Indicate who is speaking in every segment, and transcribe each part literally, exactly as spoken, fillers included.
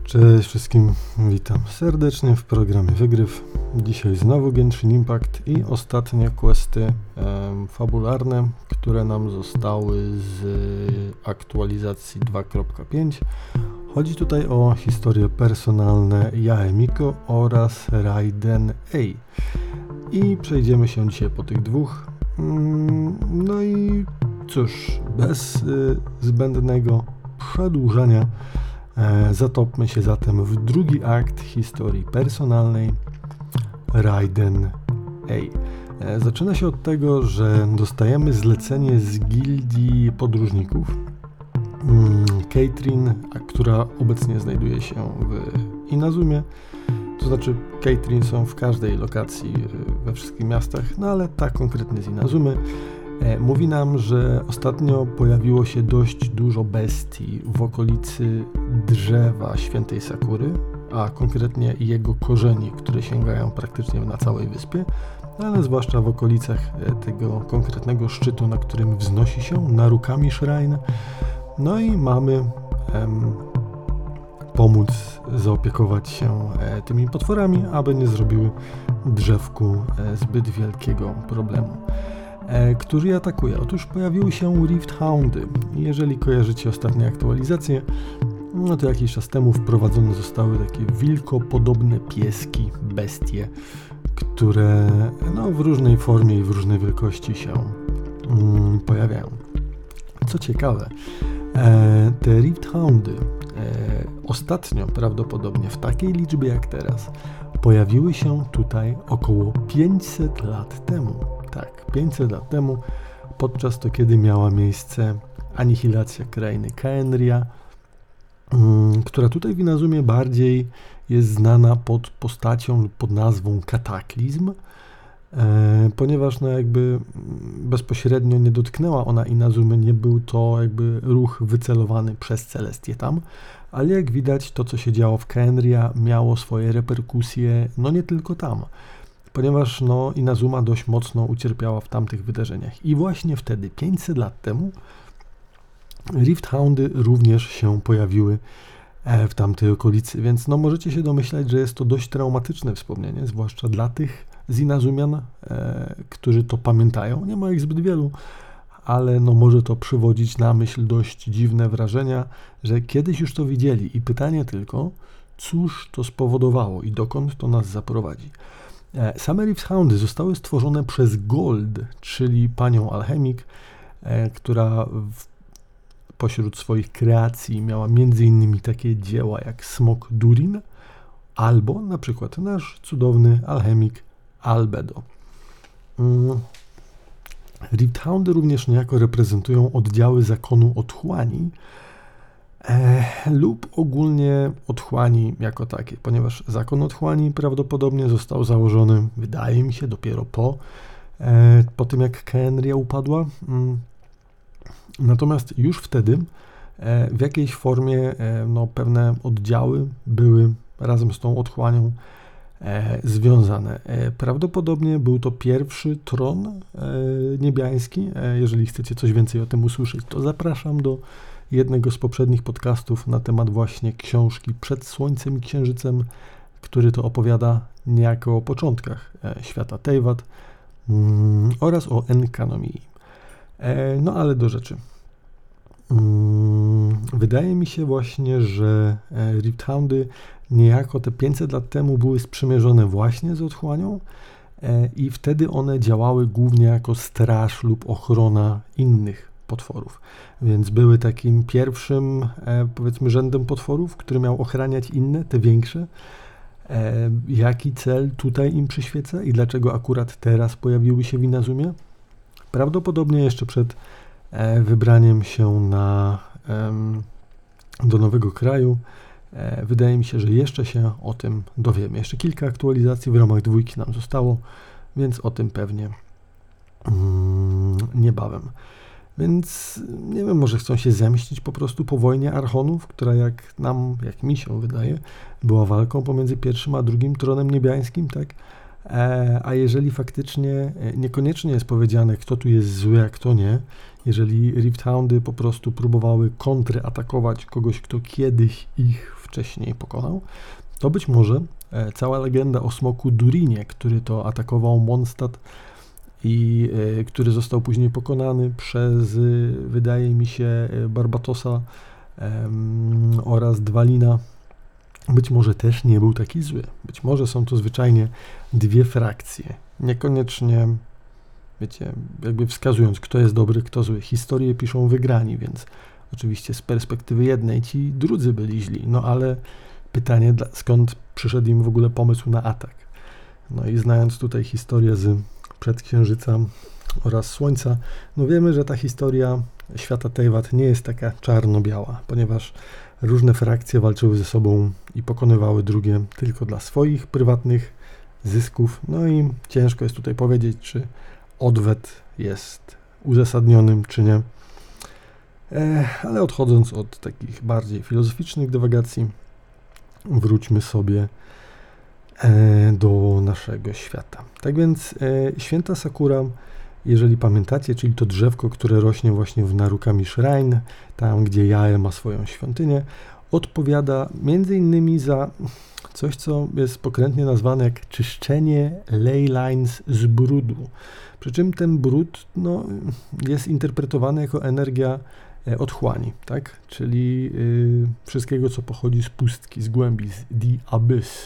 Speaker 1: Cześć wszystkim, witam serdecznie w programie Wygryw. Dzisiaj znowu Genshin Impact i ostatnie questy e, fabularne, które nam zostały z aktualizacji dwa kropka pięć. Chodzi tutaj o historie personalne Yaemiko oraz Raiden A. I przejdziemy się dzisiaj po tych dwóch. No i cóż, bez y, zbędnego przedłużania e, zatopmy się zatem w drugi akt historii personalnej Raiden A. E, zaczyna się od tego, że dostajemy zlecenie z gildii podróżników mm, Caitlyn, a która obecnie znajduje się w Inazumie. To znaczy Caitlyn są w każdej lokacji we wszystkich miastach, no ale ta konkretnie z Inazumy. E, mówi nam, że ostatnio pojawiło się dość dużo bestii w okolicy drzewa świętej Sakury, a konkretnie jego korzeni, które sięgają praktycznie na całej wyspie, ale zwłaszcza w okolicach tego konkretnego szczytu, na którym wznosi się Narukami Shrine. No i mamy em, pomóc zaopiekować się e, tymi potworami, aby nie zrobiły drzewku e, zbyt wielkiego problemu. E, którzy je atakuje? Otóż pojawiły się Rift Houndy. Jeżeli kojarzycie ostatnie aktualizacje, no to jakiś czas temu wprowadzone zostały takie wilkopodobne pieski, bestie, które no, w różnej formie i w różnej wielkości się mm, pojawiają. Co ciekawe, e, te Rift Houndy e, ostatnio prawdopodobnie w takiej liczbie jak teraz pojawiły się tutaj około pięćset lat temu. Tak, pięćset lat temu, podczas to kiedy miała miejsce anihilacja krainy Khaenri'ah, mm, która tutaj w Inazumie bardziej jest znana pod postacią lub pod nazwą Kataklizm, e, ponieważ no jakby bezpośrednio nie dotknęła ona Inazumy, nie był to jakby ruch wycelowany przez Celestię tam, ale jak widać to, co się działo w Khaenri'ah, miało swoje reperkusje, no nie tylko tam, ponieważ no Inazuma dość mocno ucierpiała w tamtych wydarzeniach. I właśnie wtedy, pięćset lat temu, Rift Houndy również się pojawiły w tamtej okolicy, więc no możecie się domyślać, że jest to dość traumatyczne wspomnienie, zwłaszcza dla tych z Inazumian, e, którzy to pamiętają. Nie ma ich zbyt wielu, ale no może to przywodzić na myśl dość dziwne wrażenia, że kiedyś już to widzieli i pytanie tylko, cóż to spowodowało i dokąd to nas zaprowadzi. E, same Rift Houndy zostały stworzone przez Gold, czyli panią alchemik, e, która w pośród swoich kreacji miała między innymi takie dzieła jak Smok Durin albo na przykład nasz cudowny alchemik Albedo. Mm. Rift Houndy również niejako reprezentują oddziały zakonu otchłani e, lub ogólnie otchłani jako takie, ponieważ zakon otchłani prawdopodobnie został założony, wydaje mi się, dopiero po, e, po tym jak Khaenri'ah upadła. Mm. Natomiast już wtedy e, w jakiejś formie e, no, pewne oddziały były razem z tą otchłanią e, związane. E, prawdopodobnie był to pierwszy tron e, niebiański. E, jeżeli chcecie coś więcej o tym usłyszeć, to zapraszam do jednego z poprzednich podcastów na temat właśnie książki Przed Słońcem i Księżycem, który to opowiada niejako o początkach e, świata Teyvat mm, oraz o Enkanomii. No ale do rzeczy. Wydaje mi się właśnie, że Rift Houndy niejako te pięćset lat temu były sprzymierzone właśnie z otchłanią i wtedy one działały głównie jako straż lub ochrona innych potworów. Więc były takim pierwszym, powiedzmy, rzędem potworów, który miał ochraniać inne, te większe. Jaki cel tutaj im przyświeca i dlaczego akurat teraz pojawiły się w Inazumie? Prawdopodobnie jeszcze przed e, wybraniem się na, e, do nowego kraju. E, wydaje mi się, że jeszcze się o tym dowiemy. Jeszcze kilka aktualizacji w ramach dwójki nam zostało, więc o tym pewnie mm, niebawem. Więc nie wiem, może chcą się zemścić po prostu po wojnie Archonów, która jak nam, jak mi się wydaje, była walką pomiędzy pierwszym a drugim tronem niebiańskim, tak? A jeżeli faktycznie niekoniecznie jest powiedziane, kto tu jest zły, a kto nie, jeżeli Rift Houndy po prostu próbowały kontratakować kogoś, kto kiedyś ich wcześniej pokonał, to być może e, cała legenda o smoku Durinie, który to atakował Mondstadt i e, który został później pokonany przez, e, wydaje mi się, Barbatosa e, oraz Dwalina, być może też nie był taki zły. Być może są to zwyczajnie dwie frakcje. Niekoniecznie, wiecie, jakby wskazując, kto jest dobry, kto zły. Historię piszą wygrani, więc oczywiście z perspektywy jednej ci drudzy byli źli. No ale pytanie, skąd przyszedł im w ogóle pomysł na atak? No i znając tutaj historię z Przedksiężyca oraz Słońca, no wiemy, że ta historia świata Teyvat nie jest taka czarno-biała, ponieważ różne frakcje walczyły ze sobą i pokonywały drugie tylko dla swoich prywatnych zysków. No i ciężko jest tutaj powiedzieć, czy odwet jest uzasadnionym, czy nie. E, ale odchodząc od takich bardziej filozoficznych dywagacji, wróćmy sobie e, do naszego świata. Tak więc e, święta Sakura, jeżeli pamiętacie, czyli to drzewko, które rośnie właśnie w Narukami Shrine, tam gdzie Yae ma swoją świątynię, odpowiada między innymi za coś, co jest pokrętnie nazwane jak czyszczenie ley lines z brudu. Przy czym ten brud no, jest interpretowany jako energia otchłani, tak? Czyli y, wszystkiego, co pochodzi z pustki, z głębi, z the abyss.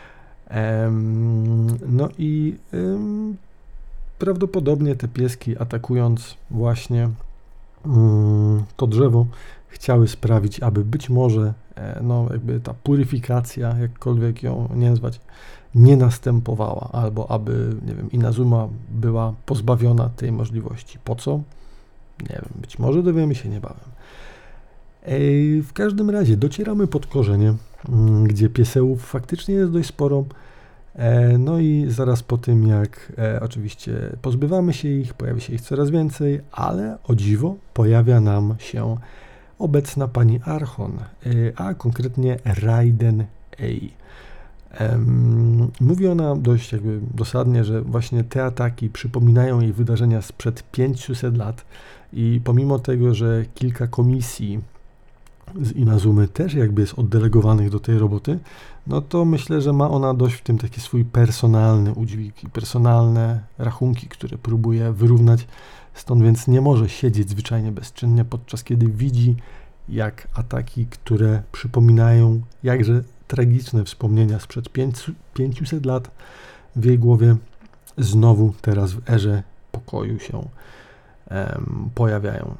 Speaker 1: Ehm, no i ym, prawdopodobnie te pieski, atakując właśnie ym, to drzewo, chciały sprawić, aby być może e, no, jakby ta puryfikacja, jakkolwiek ją nie nazwać, nie następowała, albo aby, nie wiem, Inazuma była pozbawiona tej możliwości. Po co? Nie wiem, być może dowiemy się niebawem. Ej, w każdym razie docieramy pod korzenie, gdzie piesełów faktycznie jest dość sporo. E, no i zaraz po tym, jak e, oczywiście pozbywamy się ich, pojawia się ich coraz więcej, ale o dziwo pojawia nam się obecna pani Archon, e, a konkretnie Raiden Ei. Um, mówi ona dość jakby dosadnie, że właśnie te ataki przypominają jej wydarzenia sprzed pięciuset lat i pomimo tego, że kilka komisji z Inazumy też jakby jest oddelegowanych do tej roboty, no to myślę, że ma ona dość w tym taki swój personalny udźwig i personalne rachunki, które próbuje wyrównać, stąd więc nie może siedzieć zwyczajnie bezczynnie, podczas kiedy widzi, jak ataki, które przypominają jakże tragiczne wspomnienia sprzed pięciuset lat w jej głowie znowu teraz w erze pokoju się um, pojawiają.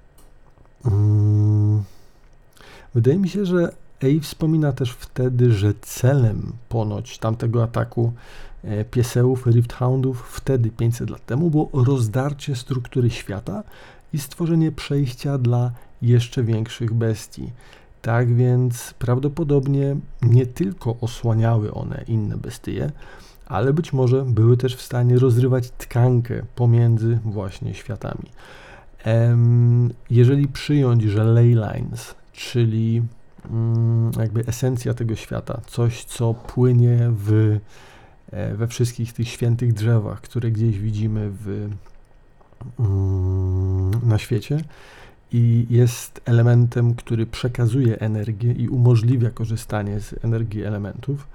Speaker 1: Um, wydaje mi się, że Ei wspomina też wtedy, że celem ponoć tamtego ataku e, piesełów, Rift Houndów wtedy pięćset lat temu było rozdarcie struktury świata i stworzenie przejścia dla jeszcze większych bestii. Tak więc prawdopodobnie nie tylko osłaniały one inne bestie, ale być może były też w stanie rozrywać tkankę pomiędzy właśnie światami. Jeżeli przyjąć, że ley lines, czyli jakby esencja tego świata, coś co płynie w, we wszystkich tych świętych drzewach, które gdzieś widzimy w, na świecie, i jest elementem, który przekazuje energię i umożliwia korzystanie z energii elementów,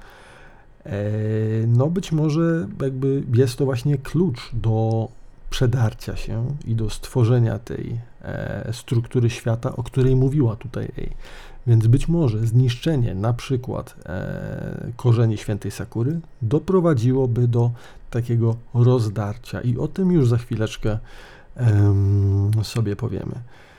Speaker 1: no być może jakby jest to właśnie klucz do przedarcia się i do stworzenia tej struktury świata, o której mówiła tutaj Ei. Więc być może zniszczenie na przykład korzeni świętej Sakury doprowadziłoby do takiego rozdarcia i o tym już za chwileczkę sobie powiemy.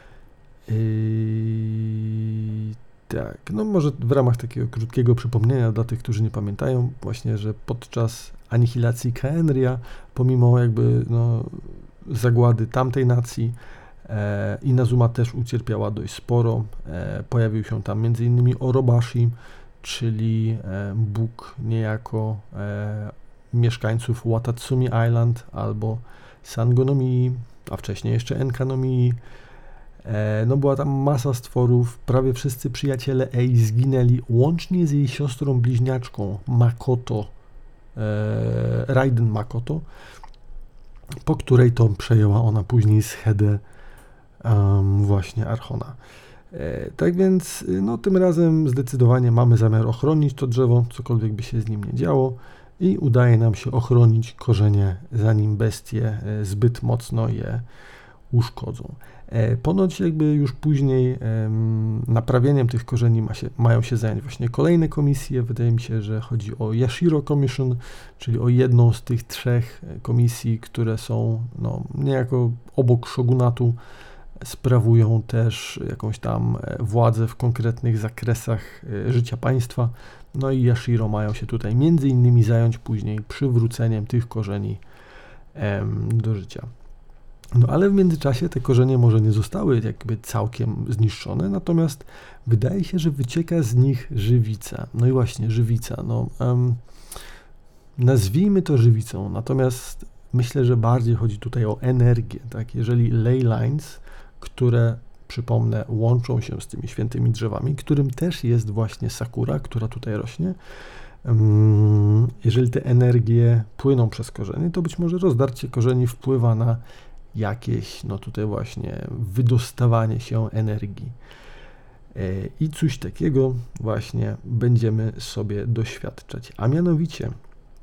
Speaker 1: Yy, tak, no może w ramach takiego krótkiego przypomnienia dla tych, którzy nie pamiętają, właśnie, że podczas anihilacji Khaenri'ah, pomimo jakby no, zagłady tamtej nacji, e, Inazuma też ucierpiała dość sporo. E, pojawił się tam między innymi Orobashi, czyli e, bóg niejako e, mieszkańców Watatsumi Island albo Sangonomii, a wcześniej jeszcze Enkanomii. No była tam masa stworów, prawie wszyscy przyjaciele Ei zginęli, łącznie z jej siostrą bliźniaczką Makoto, e, Raiden Makoto, po której to przejęła ona później schedę um, właśnie Archona. E, tak więc no, tym razem zdecydowanie mamy zamiar ochronić to drzewo, cokolwiek by się z nim nie działo, i udaje nam się ochronić korzenie, zanim bestie e, zbyt mocno je uszkodzą. E, ponoć jakby już później em, naprawieniem tych korzeni ma się, mają się zająć właśnie kolejne komisje. Wydaje mi się, że chodzi o Yashiro Commission, czyli o jedną z tych trzech komisji, które są no, niejako obok shogunatu, sprawują też jakąś tam władzę w konkretnych zakresach życia państwa. No i Yashiro mają się tutaj między innymi zająć później przywróceniem tych korzeni em, do życia. No ale w międzyczasie te korzenie może nie zostały jakby całkiem zniszczone, natomiast wydaje się, że wycieka z nich żywica. No i właśnie żywica, no um, nazwijmy to żywicą, natomiast myślę, że bardziej chodzi tutaj o energię, tak? Jeżeli ley lines, które, przypomnę, łączą się z tymi świętymi drzewami, którym też jest właśnie sakura, która tutaj rośnie, um, jeżeli te energie płyną przez korzenie, to być może rozdarcie korzeni wpływa na jakieś, no tutaj właśnie wydostawanie się energii. I coś takiego właśnie będziemy sobie doświadczać. A mianowicie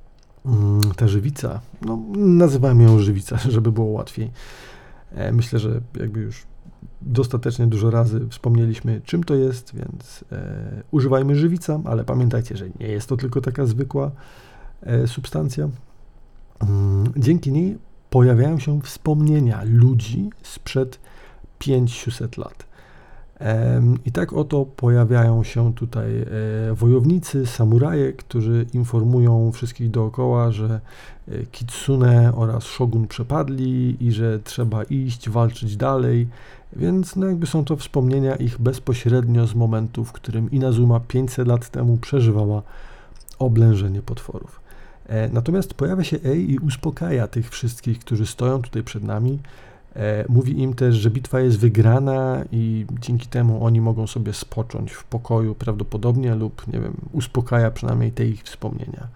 Speaker 1: ta żywica, no nazywamy ją żywica, żeby było łatwiej. Myślę, że jakby już dostatecznie dużo razy wspomnieliśmy, czym to jest, więc e, używajmy żywica, ale pamiętajcie, że nie jest to tylko taka zwykła e, substancja. Dzięki niej pojawiają się wspomnienia ludzi sprzed pięciuset lat. I tak oto pojawiają się tutaj wojownicy, samuraje, którzy informują wszystkich dookoła, że kitsune oraz shogun przepadli i że trzeba iść, walczyć dalej, więc no jakby są to wspomnienia ich bezpośrednio z momentu, w którym Inazuma pięćset lat temu przeżywała oblężenie potworów. Natomiast pojawia się Ei i uspokaja tych wszystkich, którzy stoją tutaj przed nami. Mówi im też, że bitwa jest wygrana i dzięki temu oni mogą sobie spocząć w pokoju prawdopodobnie lub, nie wiem, uspokaja przynajmniej te ich wspomnienia.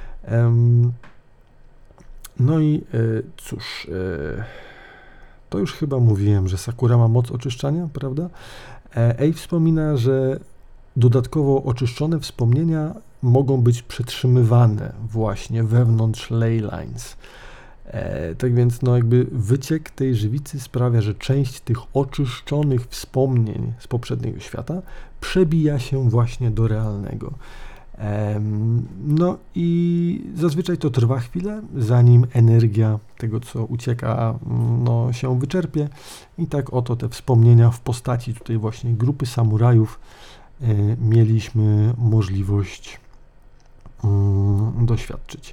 Speaker 1: No i cóż, to już chyba mówiłem, że Sakura ma moc oczyszczania, prawda? Ei wspomina, że dodatkowo oczyszczone wspomnienia mogą być przetrzymywane właśnie wewnątrz ley lines. E, tak więc no jakby wyciek tej żywicy sprawia, że część tych oczyszczonych wspomnień z poprzedniego świata przebija się właśnie do realnego. E, no i zazwyczaj to trwa chwilę, zanim energia tego, co ucieka, no, się wyczerpie. I tak oto te wspomnienia w postaci tutaj właśnie grupy samurajów e, mieliśmy możliwość um, doświadczyć.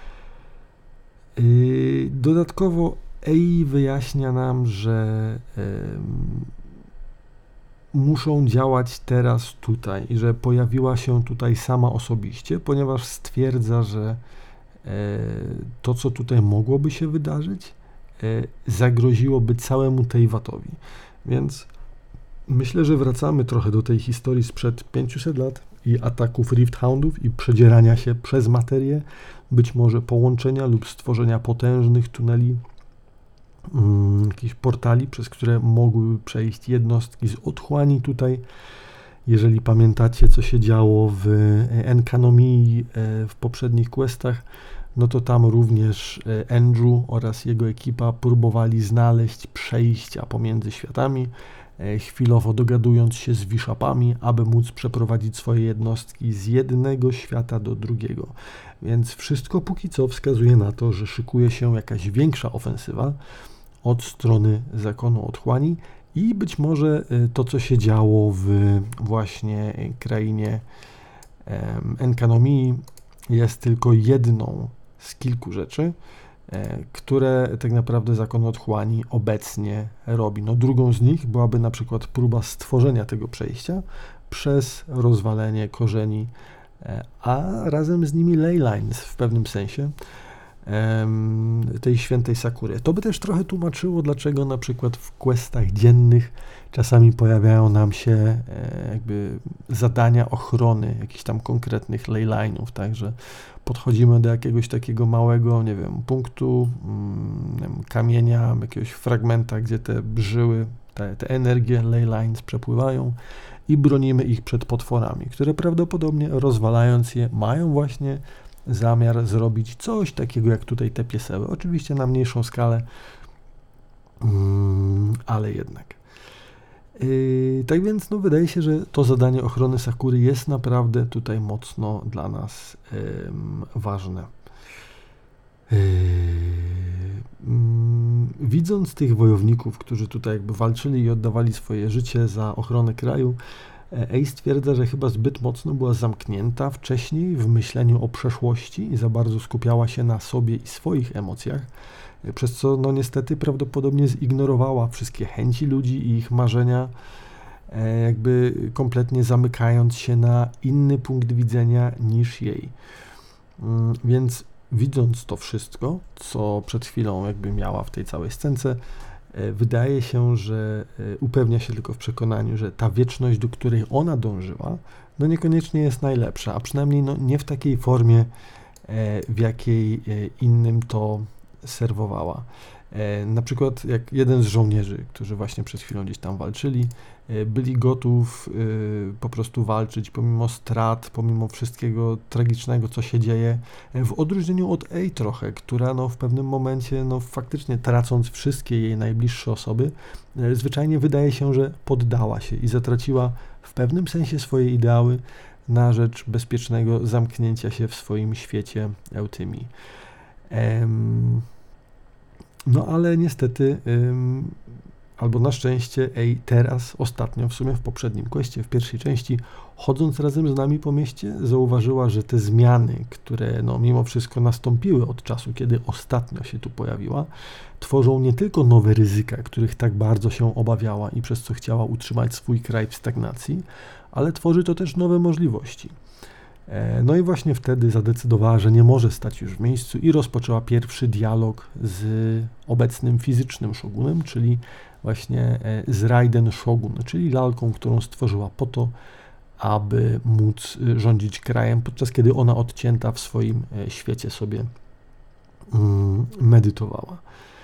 Speaker 1: Dodatkowo Ei wyjaśnia nam, że y, muszą działać teraz tutaj i że pojawiła się tutaj sama osobiście, ponieważ stwierdza, że y, to, co tutaj mogłoby się wydarzyć, y, zagroziłoby całemu Teyvatowi. Więc myślę, że wracamy trochę do tej historii sprzed pięciuset lat i ataków Rift Houndów i przedzierania się przez materię, być może połączenia lub stworzenia potężnych tuneli, um, jakichś portali, przez które mogłyby przejść jednostki z otchłani tutaj. Jeżeli pamiętacie, co się działo w Enkanomii w poprzednich questach, no to tam również Andrew oraz jego ekipa próbowali znaleźć przejścia pomiędzy światami, chwilowo dogadując się z Wishapami, aby móc przeprowadzić swoje jednostki z jednego świata do drugiego. Więc wszystko póki co wskazuje na to, że szykuje się jakaś większa ofensywa od strony Zakonu Otchłani i być może to, co się działo w właśnie krainie Enkanomii, jest tylko jedną z kilku rzeczy, które tak naprawdę Zakon Otchłani obecnie robi. No, drugą z nich byłaby na przykład próba stworzenia tego przejścia przez rozwalenie korzeni, a razem z nimi ley lines w pewnym sensie tej świętej Sakury. To by też trochę tłumaczyło, dlaczego na przykład w questach dziennych czasami pojawiają nam się jakby zadania ochrony jakichś tam konkretnych ley line'ów, tak, że podchodzimy do jakiegoś takiego małego, nie wiem, punktu, nie wiem, kamienia, jakiegoś fragmenta, gdzie te żyły te, te energie ley lines przepływają i bronimy ich przed potworami, które prawdopodobnie rozwalając je mają właśnie zamiar zrobić coś takiego jak tutaj te pieseły. Oczywiście na mniejszą skalę, mm, ale jednak. Yy, tak więc no, wydaje się, że to zadanie ochrony Sakury jest naprawdę tutaj mocno dla nas yy, ważne. Yy, yy, widząc tych wojowników, którzy tutaj jakby walczyli i oddawali swoje życie za ochronę kraju, Ei stwierdza, że chyba zbyt mocno była zamknięta wcześniej w myśleniu o przeszłości i za bardzo skupiała się na sobie i swoich emocjach, przez co no niestety prawdopodobnie zignorowała wszystkie chęci ludzi i ich marzenia, jakby kompletnie zamykając się na inny punkt widzenia niż jej. Więc widząc to wszystko, co przed chwilą jakby miała w tej całej scence, wydaje się, że upewnia się tylko w przekonaniu, że ta wieczność, do której ona dążyła, no niekoniecznie jest najlepsza, a przynajmniej no nie w takiej formie, w jakiej innym to serwowała. Na przykład jak jeden z żołnierzy, którzy właśnie przed chwilą gdzieś tam walczyli, byli gotów po prostu walczyć pomimo strat, pomimo wszystkiego tragicznego, co się dzieje, w odróżnieniu od Ei trochę, która no w pewnym momencie, no faktycznie tracąc wszystkie jej najbliższe osoby, zwyczajnie wydaje się, że poddała się i zatraciła w pewnym sensie swoje ideały na rzecz bezpiecznego zamknięcia się w swoim świecie Eutymii. Ehm, no ale niestety, ym, albo na szczęście, Ei teraz, ostatnio, w sumie w poprzednim questie, w pierwszej części, chodząc razem z nami po mieście, zauważyła, że te zmiany, które no mimo wszystko nastąpiły od czasu, kiedy ostatnio się tu pojawiła, tworzą nie tylko nowe ryzyka, których tak bardzo się obawiała i przez co chciała utrzymać swój kraj w stagnacji, ale tworzy to też nowe możliwości. No i właśnie wtedy zadecydowała, że nie może stać już w miejscu i rozpoczęła pierwszy dialog z obecnym fizycznym szogunem, czyli właśnie z Raiden Shogun, czyli lalką, którą stworzyła po to, aby móc rządzić krajem, podczas kiedy ona odcięta w swoim świecie sobie medytowała.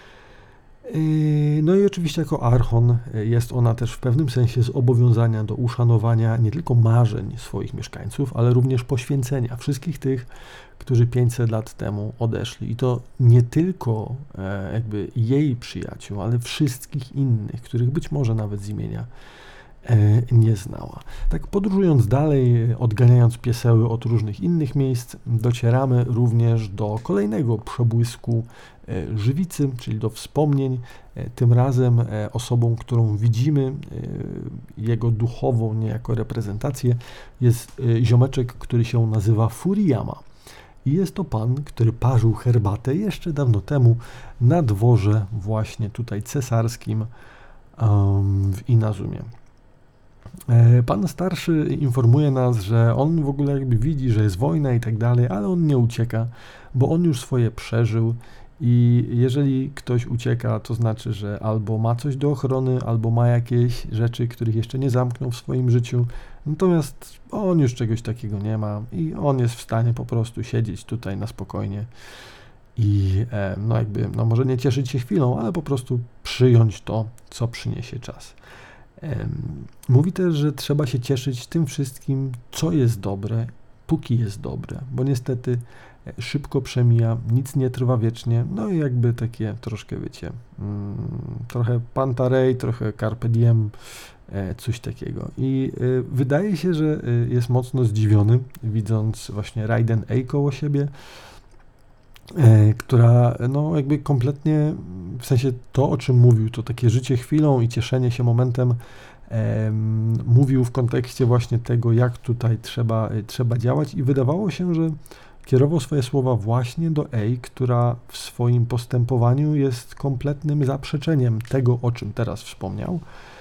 Speaker 1: No i oczywiście jako archon jest ona też w pewnym sensie zobowiązana do uszanowania nie tylko marzeń swoich mieszkańców, ale również poświęcenia wszystkich tych, którzy pięćset lat temu odeszli. I to nie tylko jakby jej przyjaciół, ale wszystkich innych, których być może nawet z imienia nie znała. Tak podróżując dalej, odganiając pieseły od różnych innych miejsc, docieramy również do kolejnego przebłysku żywicy, czyli do wspomnień. Tym razem osobą, którą widzimy, jego duchową niejako reprezentację, jest ziomeczek, który się nazywa Furiyama. I jest to pan, który parzył herbatę jeszcze dawno temu na dworze właśnie tutaj cesarskim um, w Inazumie. Pan starszy informuje nas, że on w ogóle jakby widzi, że jest wojna i tak dalej, ale on nie ucieka, bo on już swoje przeżył i jeżeli ktoś ucieka, to znaczy, że albo ma coś do ochrony, albo ma jakieś rzeczy, których jeszcze nie zamknął w swoim życiu, natomiast on już czegoś takiego nie ma i on jest w stanie po prostu siedzieć tutaj na spokojnie i no jakby, no może nie cieszyć się chwilą, ale po prostu przyjąć to, co przyniesie czas. Mówi też, że trzeba się cieszyć tym wszystkim, co jest dobre, póki jest dobre, bo niestety szybko przemija, nic nie trwa wiecznie, no i jakby takie troszkę, wiecie, mm, trochę Pantarej, trochę Carpe Diem, e, coś takiego. I e, wydaje się, że e, jest mocno zdziwiony, widząc właśnie Raiden Ei koło siebie, e, która no jakby kompletnie, w sensie to, o czym mówił, to takie życie chwilą i cieszenie się momentem, e, mówił w kontekście właśnie tego, jak tutaj trzeba, e, trzeba działać i wydawało się, że kierował swoje słowa właśnie do Ei, która w swoim postępowaniu jest kompletnym zaprzeczeniem tego, o czym teraz wspomniał.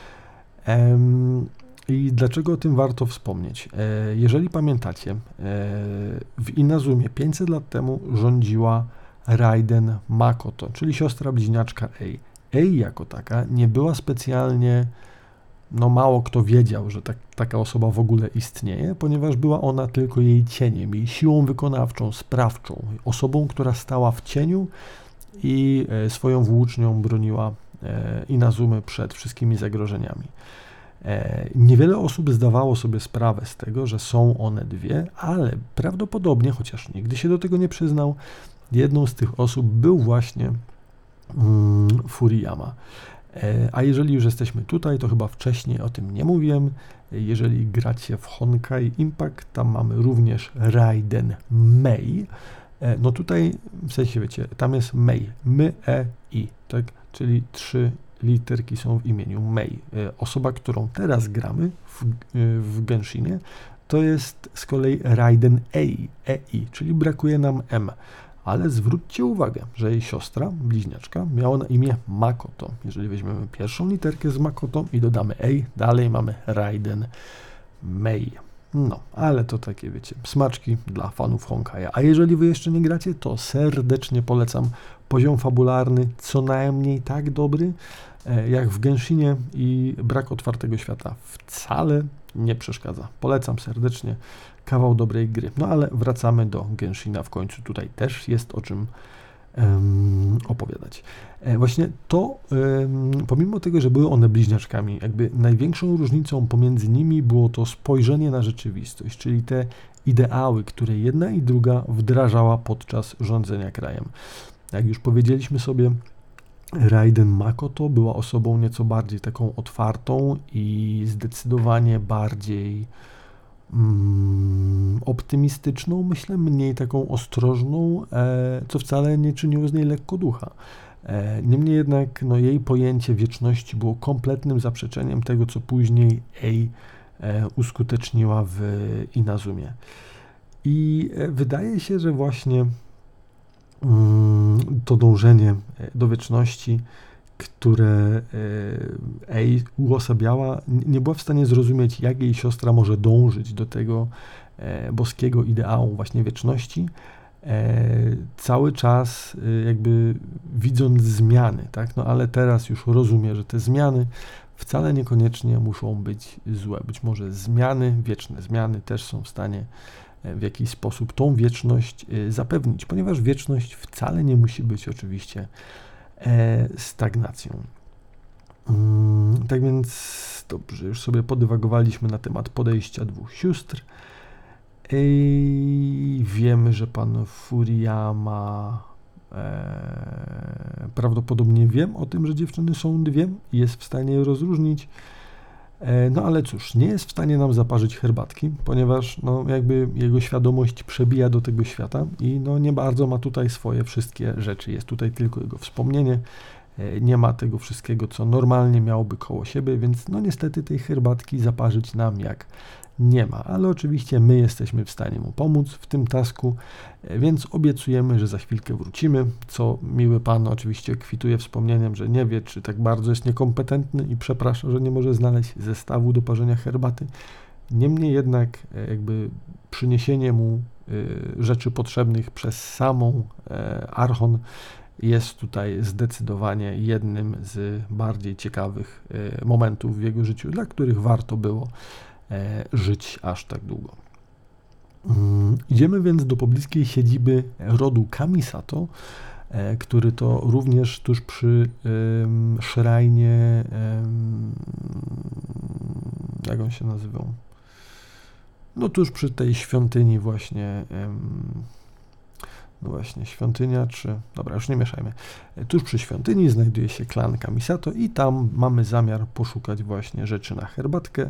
Speaker 1: Ehm, I dlaczego o tym warto wspomnieć? E, jeżeli pamiętacie, e, w Inazumie pięćset lat temu rządziła Raiden Makoto, czyli siostra bliźniaczka Ei. Ei jako taka nie była specjalnie, no mało kto wiedział, że tak, taka osoba w ogóle istnieje, ponieważ była ona tylko jej cieniem, jej siłą wykonawczą, sprawczą, osobą, która stała w cieniu i swoją włócznią broniła e, Inazumy przed wszystkimi zagrożeniami. E, niewiele osób zdawało sobie sprawę z tego, że są one dwie, ale prawdopodobnie, chociaż nigdy się do tego nie przyznał, jedną z tych osób był właśnie mm, Furiyama. E, a jeżeli już jesteśmy tutaj, to chyba wcześniej o tym nie mówiłem. Jeżeli gracie w Honkai Impact, tam mamy również Raiden Mei. E, no tutaj, w sensie wiecie, tam jest Mei, my, e, i, tak? Czyli trzy literki są w imieniu Mei. E, osoba, którą teraz gramy w, w Genshinie, to jest z kolei Raiden Ei, ei, czyli brakuje nam M. Ale zwróćcie uwagę, że jej siostra, bliźniaczka, miała na imię Makoto. Jeżeli weźmiemy pierwszą literkę z Makoto i dodamy Ei, dalej mamy Raiden Mei. No, ale to takie, wiecie, smaczki dla fanów Honkaja. A jeżeli wy jeszcze nie gracie, to serdecznie polecam. Poziom fabularny co najmniej tak dobry, jak w Genshinie i brak otwartego świata wcale nie przeszkadza. Polecam serdecznie. Kawał dobrej gry. No ale wracamy do Genshina w końcu. Tutaj też jest o czym um, opowiadać. E, właśnie to, um, pomimo tego, że były one bliźniaczkami, jakby największą różnicą pomiędzy nimi było to spojrzenie na rzeczywistość, czyli te ideały, które jedna i druga wdrażała podczas rządzenia krajem. Jak już powiedzieliśmy sobie, Raiden Makoto była osobą nieco bardziej taką otwartą i zdecydowanie bardziej mm, optymistyczną, myślę, mniej taką ostrożną, e, co wcale nie czyniło z niej lekkoducha. E, niemniej jednak no, jej pojęcie wieczności było kompletnym zaprzeczeniem tego, co później Ei e, uskuteczniła w Inazumie. I e, wydaje się, że właśnie to dążenie do wieczności, które Ei uosabiała, nie była w stanie zrozumieć, jak jej siostra może dążyć do tego boskiego ideału właśnie wieczności, cały czas jakby widząc zmiany, tak? No ale teraz już rozumie, że te zmiany wcale niekoniecznie muszą być złe. Być może zmiany, wieczne zmiany też są w stanie w jakiś sposób tą wieczność zapewnić, ponieważ wieczność wcale nie musi być oczywiście stagnacją. Tak więc dobrze, już sobie podywagowaliśmy na temat podejścia dwóch sióstr. I wiemy, że pan Furiyama e, prawdopodobnie wiem o tym, że dziewczyny są dwie i jest w stanie je rozróżnić. No ale cóż, nie jest w stanie nam zaparzyć herbatki, ponieważ no, jakby jego świadomość przebija do tego świata i no, nie bardzo ma tutaj swoje wszystkie rzeczy. Jest tutaj tylko jego wspomnienie, nie ma tego wszystkiego, co normalnie miałoby koło siebie, więc no niestety tej herbatki zaparzyć nam jak nie ma, ale oczywiście my jesteśmy w stanie mu pomóc w tym tasku, więc obiecujemy, że za chwilkę wrócimy, co miły pan oczywiście kwituje wspomnieniem, że nie wie, czy tak bardzo jest niekompetentny i przeprasza, że nie może znaleźć zestawu do parzenia herbaty. Niemniej jednak jakby przyniesienie mu rzeczy potrzebnych przez samą Archon jest tutaj zdecydowanie jednym z bardziej ciekawych momentów w jego życiu, dla których warto było żyć aż tak długo. Idziemy więc do pobliskiej siedziby rodu Kamisato, który to również tuż przy um, szrajnie, um, jak on się nazywał? No tuż przy tej świątyni właśnie, um, no właśnie świątynia, czy, dobra, już nie mieszajmy, tuż przy świątyni znajduje się klan Kamisato i tam mamy zamiar poszukać właśnie rzeczy na herbatkę.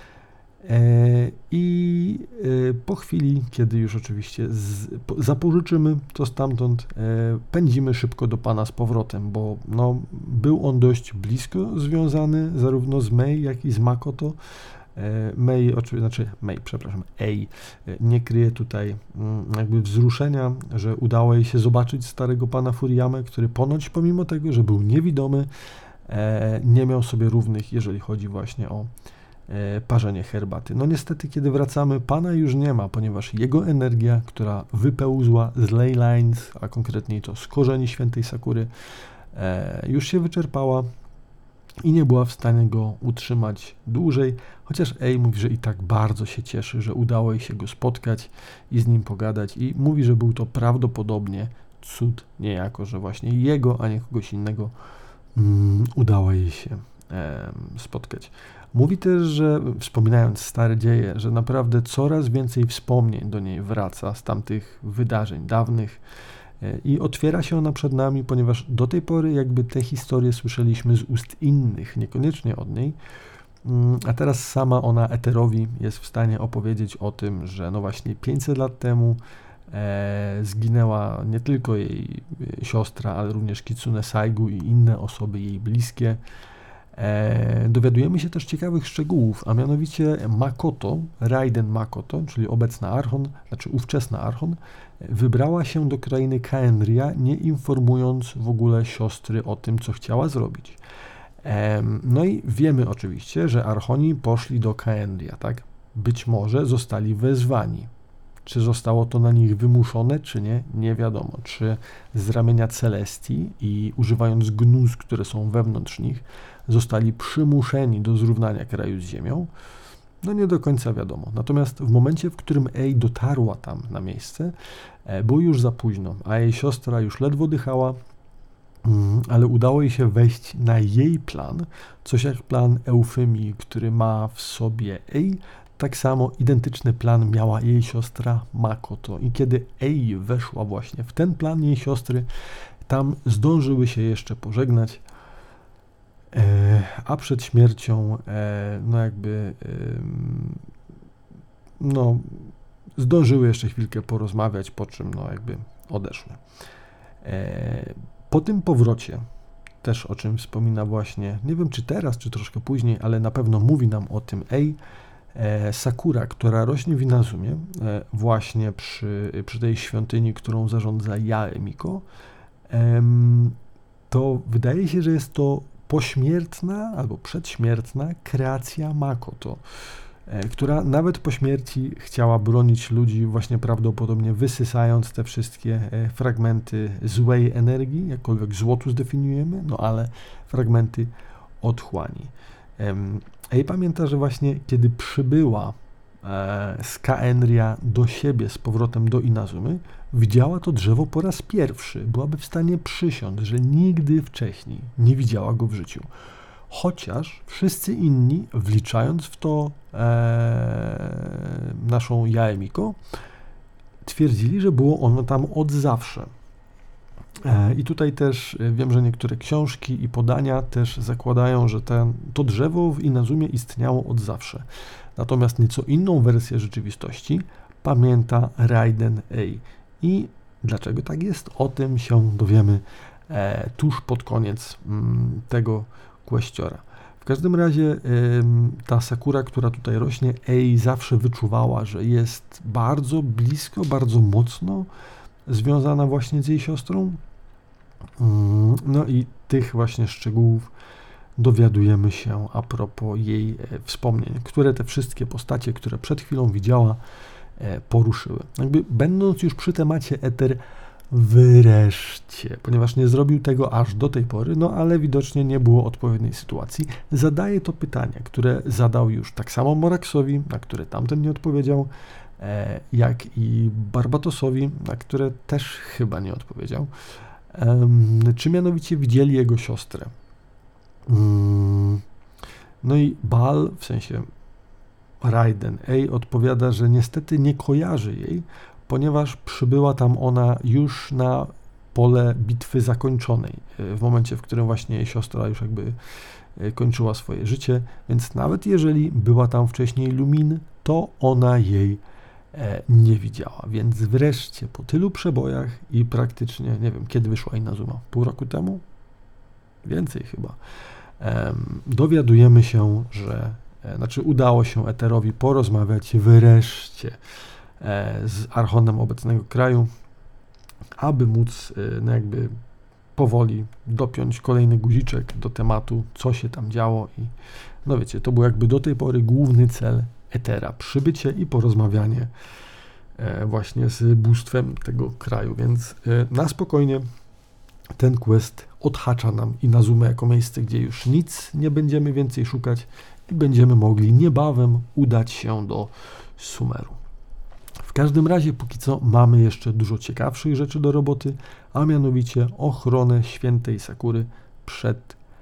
Speaker 1: I po chwili, kiedy już oczywiście z, zapożyczymy, to stamtąd pędzimy szybko do pana z powrotem, bo no, był on dość blisko związany zarówno z Mei, jak i z Makoto. Mei, oczywiście, znaczy Mei, przepraszam, Ei nie kryje tutaj jakby wzruszenia, że udało jej się zobaczyć starego pana Furiyamę, który ponoć pomimo tego, że był niewidomy, nie miał sobie równych, jeżeli chodzi właśnie o parzenie herbaty. No niestety, kiedy wracamy, pana już nie ma, ponieważ jego energia, która wypełzła z ley lines, a konkretniej to z korzeni świętej Sakury, e, już się wyczerpała i nie była w stanie go utrzymać dłużej, chociaż Ei mówi, że i tak bardzo się cieszy, że udało jej się go spotkać i z nim pogadać i mówi, że był to prawdopodobnie cud niejako, że właśnie jego, a nie kogoś innego mm, udało jej się e, spotkać. Mówi też, że wspominając stare dzieje, że naprawdę coraz więcej wspomnień do niej wraca z tamtych wydarzeń dawnych e, i otwiera się ona przed nami, ponieważ do tej pory jakby te historie słyszeliśmy z ust innych, niekoniecznie od niej, mm, a teraz sama ona eterowi jest w stanie opowiedzieć o tym, że no właśnie pięćset lat temu E, zginęła nie tylko jej siostra, ale również Kitsune Saigu i inne osoby jej bliskie. E, dowiadujemy się też ciekawych szczegółów, a mianowicie Makoto, Raiden Makoto, czyli obecna Archon, znaczy ówczesna Archon, wybrała się do krainy Khaenri'ah, nie informując w ogóle siostry o tym, co chciała zrobić. E, no i wiemy oczywiście, że Archoni poszli do Khaenri'ah, tak? Być może zostali wezwani. Czy zostało to na nich wymuszone, czy nie, nie wiadomo. Czy z ramienia Celestii i używając gnuz, które są wewnątrz nich, zostali przymuszeni do zrównania kraju z ziemią, no nie do końca wiadomo. Natomiast w momencie, w którym Ei dotarła tam na miejsce, było już za późno, a jej siostra już ledwo dychała, ale udało jej się wejść na jej plan, coś jak plan Eufymii, który ma w sobie Ei. Tak samo identyczny plan miała jej siostra Makoto i kiedy Ei weszła właśnie w ten plan jej siostry, tam zdążyły się jeszcze pożegnać, e, a przed śmiercią e, no jakby e, no zdążyły jeszcze chwilkę porozmawiać, po czym no jakby odeszły. E, po tym powrocie, też o czym wspomina właśnie, nie wiem czy teraz, czy troszkę później, ale na pewno mówi nam o tym Ei, Sakura, która rośnie w Inazumie, właśnie przy, przy tej świątyni, którą zarządza Yae-miko, to wydaje się, że jest to pośmiertna albo przedśmiertna kreacja Makoto, która nawet po śmierci chciała bronić ludzi, właśnie prawdopodobnie wysysając te wszystkie fragmenty złej energii, jakkolwiek zło tu zdefiniujemy, no ale fragmenty otchłani. Ei pamięta, że właśnie kiedy przybyła e, z Khaenri'ah do siebie z powrotem do Inazumy, widziała to drzewo po raz pierwszy. Byłaby w stanie przysiąc, że nigdy wcześniej nie widziała go w życiu. Chociaż wszyscy inni, wliczając w to e, naszą Yae-miko, twierdzili, że było ono tam od zawsze. I tutaj też wiem, że niektóre książki i podania też zakładają, że ten, to drzewo w Inazumie istniało od zawsze. Natomiast nieco inną wersję rzeczywistości pamięta Raiden Ei. I dlaczego tak jest? O tym się dowiemy e, tuż pod koniec m, tego kwestiora. W każdym razie e, ta Sakura, która tutaj rośnie, Ei zawsze wyczuwała, że jest bardzo blisko, bardzo mocno związana właśnie z jej siostrą. No i tych właśnie szczegółów dowiadujemy się a propos jej wspomnień, które te wszystkie postacie, które przed chwilą widziała, poruszyły. Jakby będąc już przy temacie eter, wreszcie, ponieważ nie zrobił tego aż do tej pory, no ale widocznie nie było odpowiedniej sytuacji, zadaje to pytanie, które zadał już tak samo Moraxowi, na które tamten nie odpowiedział, jak i Barbatosowi, na które też chyba nie odpowiedział. Czy mianowicie widzieli jego siostrę. No i Baal, w sensie Raiden Ei, odpowiada, że niestety nie kojarzy jej, ponieważ przybyła tam ona już na pole bitwy zakończonej, w momencie, w którym właśnie jej siostra już jakby kończyła swoje życie, więc nawet jeżeli była tam wcześniej Lumin, to ona jej nie widziała, więc wreszcie po tylu przebojach i praktycznie, nie wiem, kiedy wyszła Inazuma? Pół roku temu? Więcej chyba. Um, dowiadujemy się, że, e, znaczy udało się Eterowi porozmawiać wreszcie e, z Archonem obecnego kraju, aby móc e, no jakby powoli dopiąć kolejny guziczek do tematu, co się tam działo i no wiecie, to był jakby do tej pory główny cel Etera, przybycie i porozmawianie e, właśnie z bóstwem tego kraju, więc e, na spokojnie ten quest odhacza nam Inazumę jako miejsce, gdzie już nic nie będziemy więcej szukać i będziemy mogli niebawem udać się do Sumeru. W każdym razie póki co mamy jeszcze dużo ciekawszych rzeczy do roboty, a mianowicie ochronę świętej Sakury przed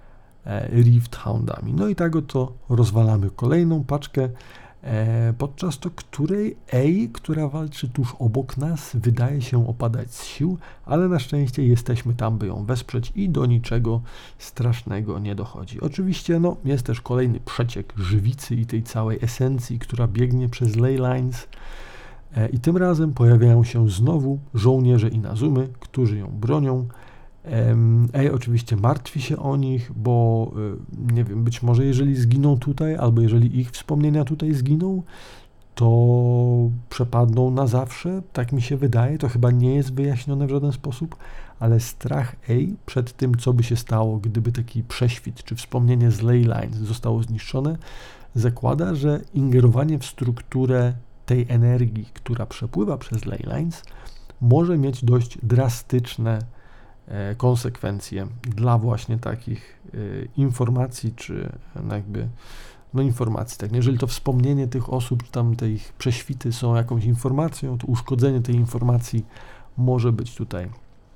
Speaker 1: Rift Houndami. No i tak oto rozwalamy kolejną paczkę, podczas to której A, która walczy tuż obok nas, wydaje się opadać z sił, ale na szczęście jesteśmy tam, by ją wesprzeć i do niczego strasznego nie dochodzi. Oczywiście no, jest też kolejny przeciek żywicy i tej całej esencji, która biegnie przez ley lines i tym razem pojawiają się znowu żołnierze Inazumy, którzy ją bronią. Ej oczywiście martwi się o nich, bo nie wiem, być może jeżeli zginą tutaj, albo jeżeli ich wspomnienia tutaj zginą, to przepadną na zawsze, tak mi się wydaje, to chyba nie jest wyjaśnione w żaden sposób, ale strach Ej przed tym, co by się stało, gdyby taki prześwit, czy wspomnienie z ley lines zostało zniszczone, zakłada, że ingerowanie w strukturę tej energii, która przepływa przez ley lines, może mieć dość drastyczne konsekwencje dla właśnie takich y, informacji, czy jakby, no informacji, tak, jeżeli to wspomnienie tych osób, czy tam te ich prześwity są jakąś informacją, to uszkodzenie tej informacji może być tutaj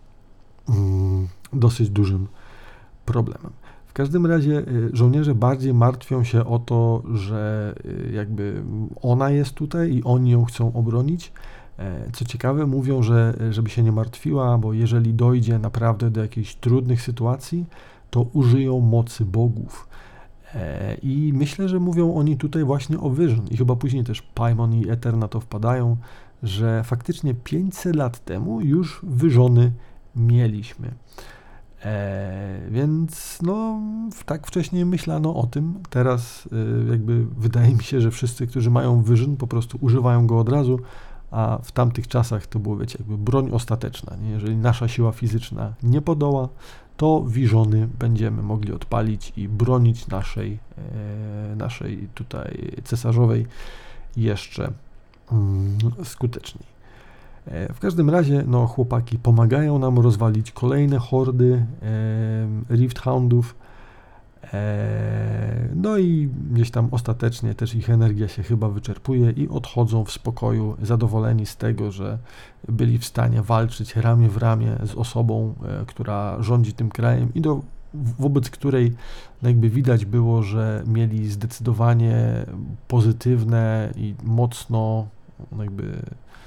Speaker 1: mm, dosyć dużym problemem. W każdym razie y, żołnierze bardziej martwią się o to, że y, jakby ona jest tutaj i oni ją chcą obronić. Co ciekawe, mówią, że żeby się nie martwiła, bo jeżeli dojdzie naprawdę do jakichś trudnych sytuacji, to użyją mocy bogów. I myślę, że mówią oni tutaj właśnie o Vision. I chyba później też Paimon i Ether na to wpadają, że faktycznie pięćset lat temu już Visiony mieliśmy. E, więc no, tak wcześniej myślano o tym. Teraz e, jakby wydaje mi się, że wszyscy, którzy mają Vision, po prostu używają go od razu, a w tamtych czasach to było, wiecie, jakby broń ostateczna. Nie? Jeżeli nasza siła fizyczna nie podoła, to Visiony będziemy mogli odpalić i bronić naszej, e, naszej tutaj cesarzowej jeszcze mm, skuteczniej. E, w każdym razie, no, chłopaki pomagają nam rozwalić kolejne hordy e, Rift Houndów. No i gdzieś tam ostatecznie też ich energia się chyba wyczerpuje i odchodzą w spokoju, zadowoleni z tego, że byli w stanie walczyć ramię w ramię z osobą, która rządzi tym krajem i do, wobec której jakby widać było, że mieli zdecydowanie pozytywne i mocno jakby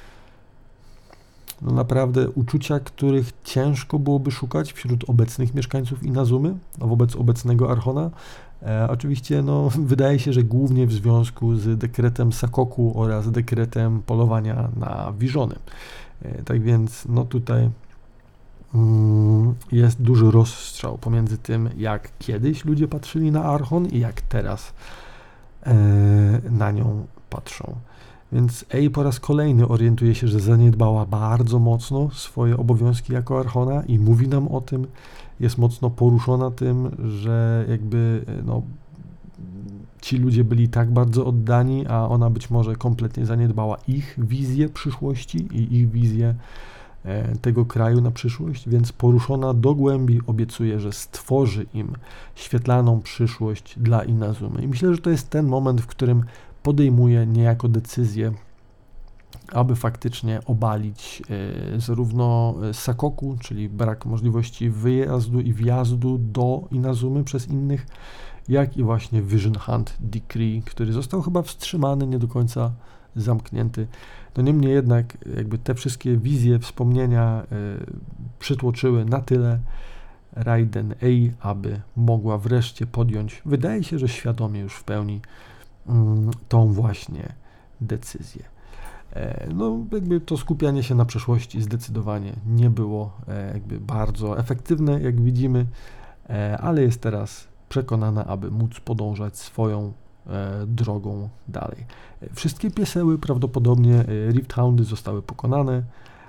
Speaker 1: no naprawdę uczucia, których ciężko byłoby szukać wśród obecnych mieszkańców Inazumy, wobec obecnego Archona. E, oczywiście no, wydaje się, że głównie w związku z dekretem Sakoku oraz dekretem polowania na Visiony. E, tak więc no tutaj mm, jest duży rozstrzał pomiędzy tym, jak kiedyś ludzie patrzyli na Archon i jak teraz e, na nią patrzą. Więc Ej po raz kolejny orientuje się, że zaniedbała bardzo mocno swoje obowiązki jako Archona i mówi nam o tym, jest mocno poruszona tym, że jakby no, ci ludzie byli tak bardzo oddani, a ona być może kompletnie zaniedbała ich wizję przyszłości i ich wizję e, tego kraju na przyszłość, więc poruszona do głębi obiecuje, że stworzy im świetlaną przyszłość dla Inazumy. I myślę, że to jest ten moment, w którym podejmuje niejako decyzję, aby faktycznie obalić e, zarówno Sakoku, czyli brak możliwości wyjazdu i wjazdu do Inazumy przez innych, jak i właśnie Vision Hunt Decree, który został chyba wstrzymany, nie do końca zamknięty. No niemniej jednak jakby te wszystkie wizje, wspomnienia e, przytłoczyły na tyle Raiden Ej, aby mogła wreszcie podjąć, wydaje się, że świadomie już w pełni, tą właśnie decyzję. No jakby to skupianie się na przeszłości zdecydowanie nie było jakby bardzo efektywne, jak widzimy, ale jest teraz przekonana, aby móc podążać swoją drogą dalej. Wszystkie pieseły prawdopodobnie Rift Houndy zostały pokonane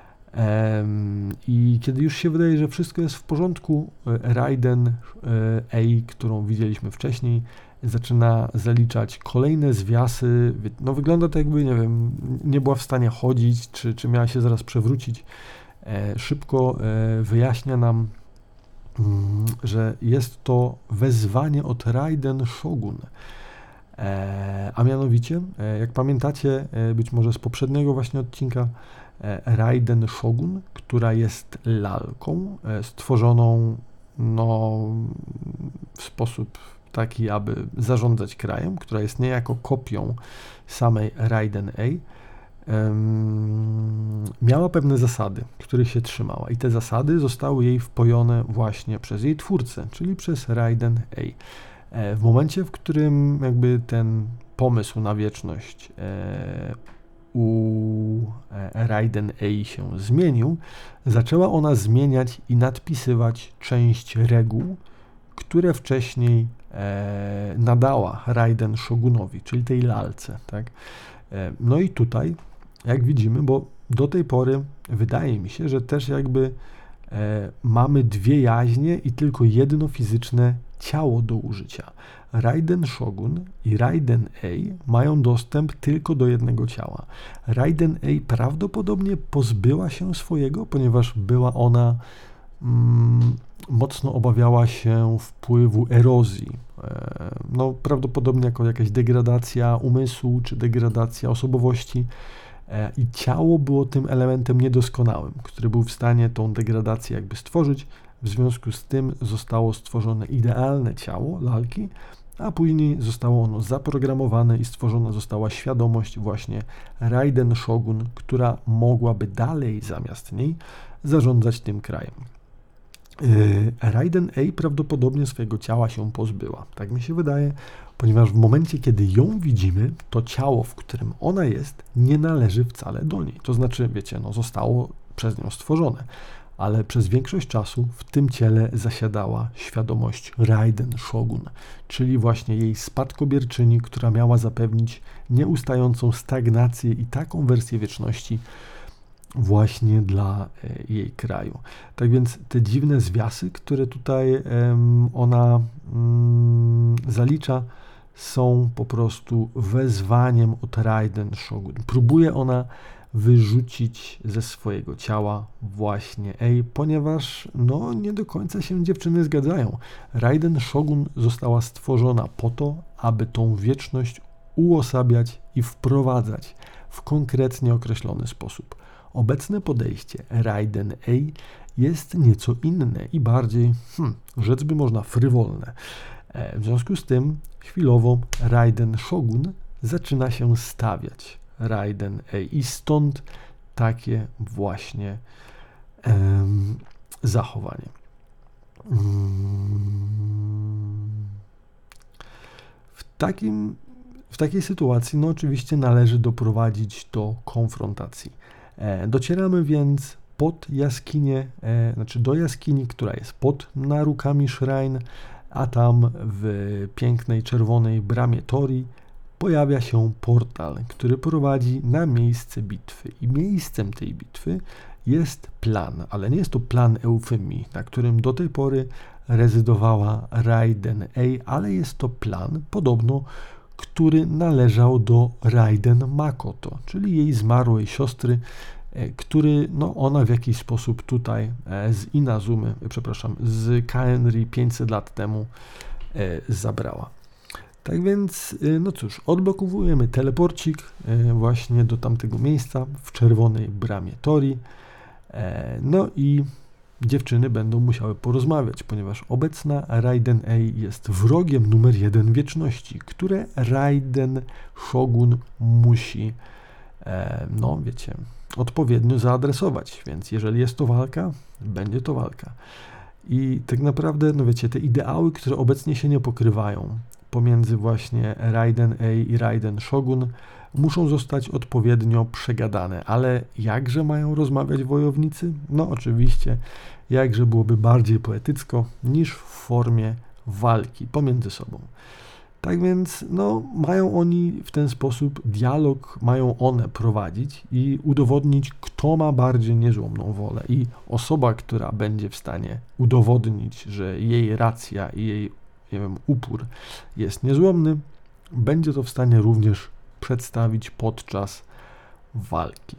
Speaker 1: i kiedy już się wydaje, że wszystko jest w porządku, Raiden Ej, którą widzieliśmy wcześniej, zaczyna zaliczać kolejne zwiasy. No wygląda to jakby, nie wiem, nie była w stanie chodzić, czy, czy miała się zaraz przewrócić. E, szybko e, wyjaśnia nam, mm, że jest to wezwanie od Raiden Shogun. E, a mianowicie, e, jak pamiętacie, e, być może z poprzedniego właśnie odcinka, e, Raiden Shogun, która jest lalką e, stworzoną no, w w sposób taki, aby zarządzać krajem, która jest niejako kopią samej Raiden A, um, miała pewne zasady, których się trzymała i te zasady zostały jej wpojone właśnie przez jej twórcę, czyli przez Raiden A. W momencie, w którym jakby ten pomysł na wieczność e, u Raiden A się zmienił, zaczęła ona zmieniać i nadpisywać część reguł, które wcześniej e, nadała Raiden Shogunowi, czyli tej lalce, tak? E, no i tutaj, jak widzimy, bo do tej pory wydaje mi się, że też jakby e, mamy dwie jaźnie i tylko jedno fizyczne ciało do użycia. Raiden Shogun i Raiden A mają dostęp tylko do jednego ciała. Raiden A prawdopodobnie pozbyła się swojego, ponieważ była ona mm, mocno obawiała się wpływu erozji. E, no, prawdopodobnie jako jakaś degradacja umysłu czy degradacja osobowości. E, I ciało było tym elementem niedoskonałym, który był w stanie tą degradację jakby stworzyć. W związku z tym zostało stworzone idealne ciało lalki, a później zostało ono zaprogramowane i stworzona została świadomość właśnie Raiden Shogun, która mogłaby dalej zamiast niej zarządzać tym krajem. Raiden A prawdopodobnie swojego ciała się pozbyła, tak mi się wydaje, ponieważ w momencie, kiedy ją widzimy, to ciało, w którym ona jest, nie należy wcale do niej. To znaczy, wiecie, no, zostało przez nią stworzone, ale przez większość czasu w tym ciele zasiadała świadomość Raiden Shogun, czyli właśnie jej spadkobierczyni, która miała zapewnić nieustającą stagnację i taką wersję wieczności właśnie dla e, jej kraju. Tak więc te dziwne zwiasy, które tutaj em, ona mm, zalicza, są po prostu wezwaniem od Raiden Shogun. Próbuje ona wyrzucić ze swojego ciała właśnie Ei, ponieważ no nie do końca się dziewczyny zgadzają. Raiden Shogun została stworzona po to, aby tą wieczność uosabiać i wprowadzać w konkretnie określony sposób. Obecne podejście Raiden A jest nieco inne i bardziej, hmm, rzec by można, frywolne. E, w związku z tym chwilowo Raiden Shogun zaczyna się stawiać Raiden A i stąd takie właśnie em, zachowanie. W takim, w takiej sytuacji no oczywiście należy doprowadzić do konfrontacji. E, docieramy więc pod jaskinię, e, znaczy do jaskini, która jest pod Narukami Shrine, a tam w pięknej czerwonej bramie Tori pojawia się portal, który prowadzi na miejsce bitwy. I miejscem tej bitwy jest plan, ale nie jest to plan Eufemii, na którym do tej pory rezydowała Raiden A, ale jest to plan, podobno, który należał do Raiden Makoto, czyli jej zmarłej siostry, który no, ona w jakiś sposób tutaj z Inazumy, przepraszam, z Kaenri pięćset lat temu zabrała. Tak więc, no cóż, odblokowujemy teleporcik właśnie do tamtego miejsca w czerwonej bramie Tori. No i dziewczyny będą musiały porozmawiać, ponieważ obecna Raiden A jest wrogiem numer jeden wieczności, które Raiden Shogun musi, no wiecie, odpowiednio zaadresować. Więc jeżeli jest to walka, będzie to walka. I tak naprawdę, no wiecie, te ideały, które obecnie się nie pokrywają pomiędzy właśnie Raiden A i Raiden Shogun, muszą zostać odpowiednio przegadane. Ale jakże mają rozmawiać wojownicy? No oczywiście, jakże byłoby bardziej poetycko niż w formie walki pomiędzy sobą. Tak więc, no, mają oni w ten sposób dialog, mają one prowadzić i udowodnić, kto ma bardziej niezłomną wolę. I osoba, która będzie w stanie udowodnić, że jej racja i jej, nie wiem, upór jest niezłomny, będzie to w stanie również przedstawić podczas walki.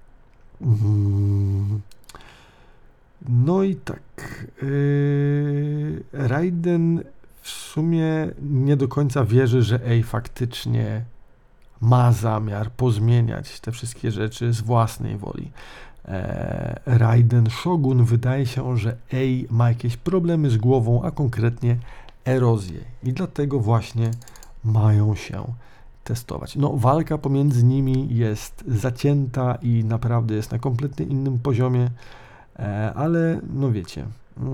Speaker 1: No i tak. Yy, Raiden w sumie nie do końca wierzy, że Ei faktycznie ma zamiar pozmieniać te wszystkie rzeczy z własnej woli. E, Raiden Shogun wydaje się, że Ei ma jakieś problemy z głową, a konkretnie erozję i dlatego właśnie mają się testować. No, walka pomiędzy nimi jest zacięta i naprawdę jest na kompletnie innym poziomie, ale no wiecie,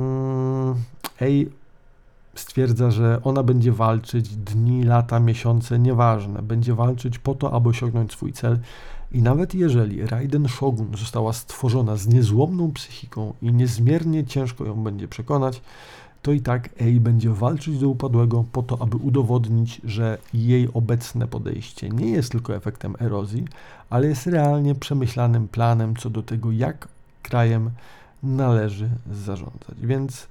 Speaker 1: Ej stwierdza, że ona będzie walczyć dni, lata, miesiące, nieważne, będzie walczyć po to, aby osiągnąć swój cel. I nawet jeżeli Raiden Shogun została stworzona z niezłomną psychiką i niezmiernie ciężko ją będzie przekonać, to i tak Ej będzie walczyć do upadłego po to, aby udowodnić, że jej obecne podejście nie jest tylko efektem erozji, ale jest realnie przemyślanym planem co do tego, jak krajem należy zarządzać. Więc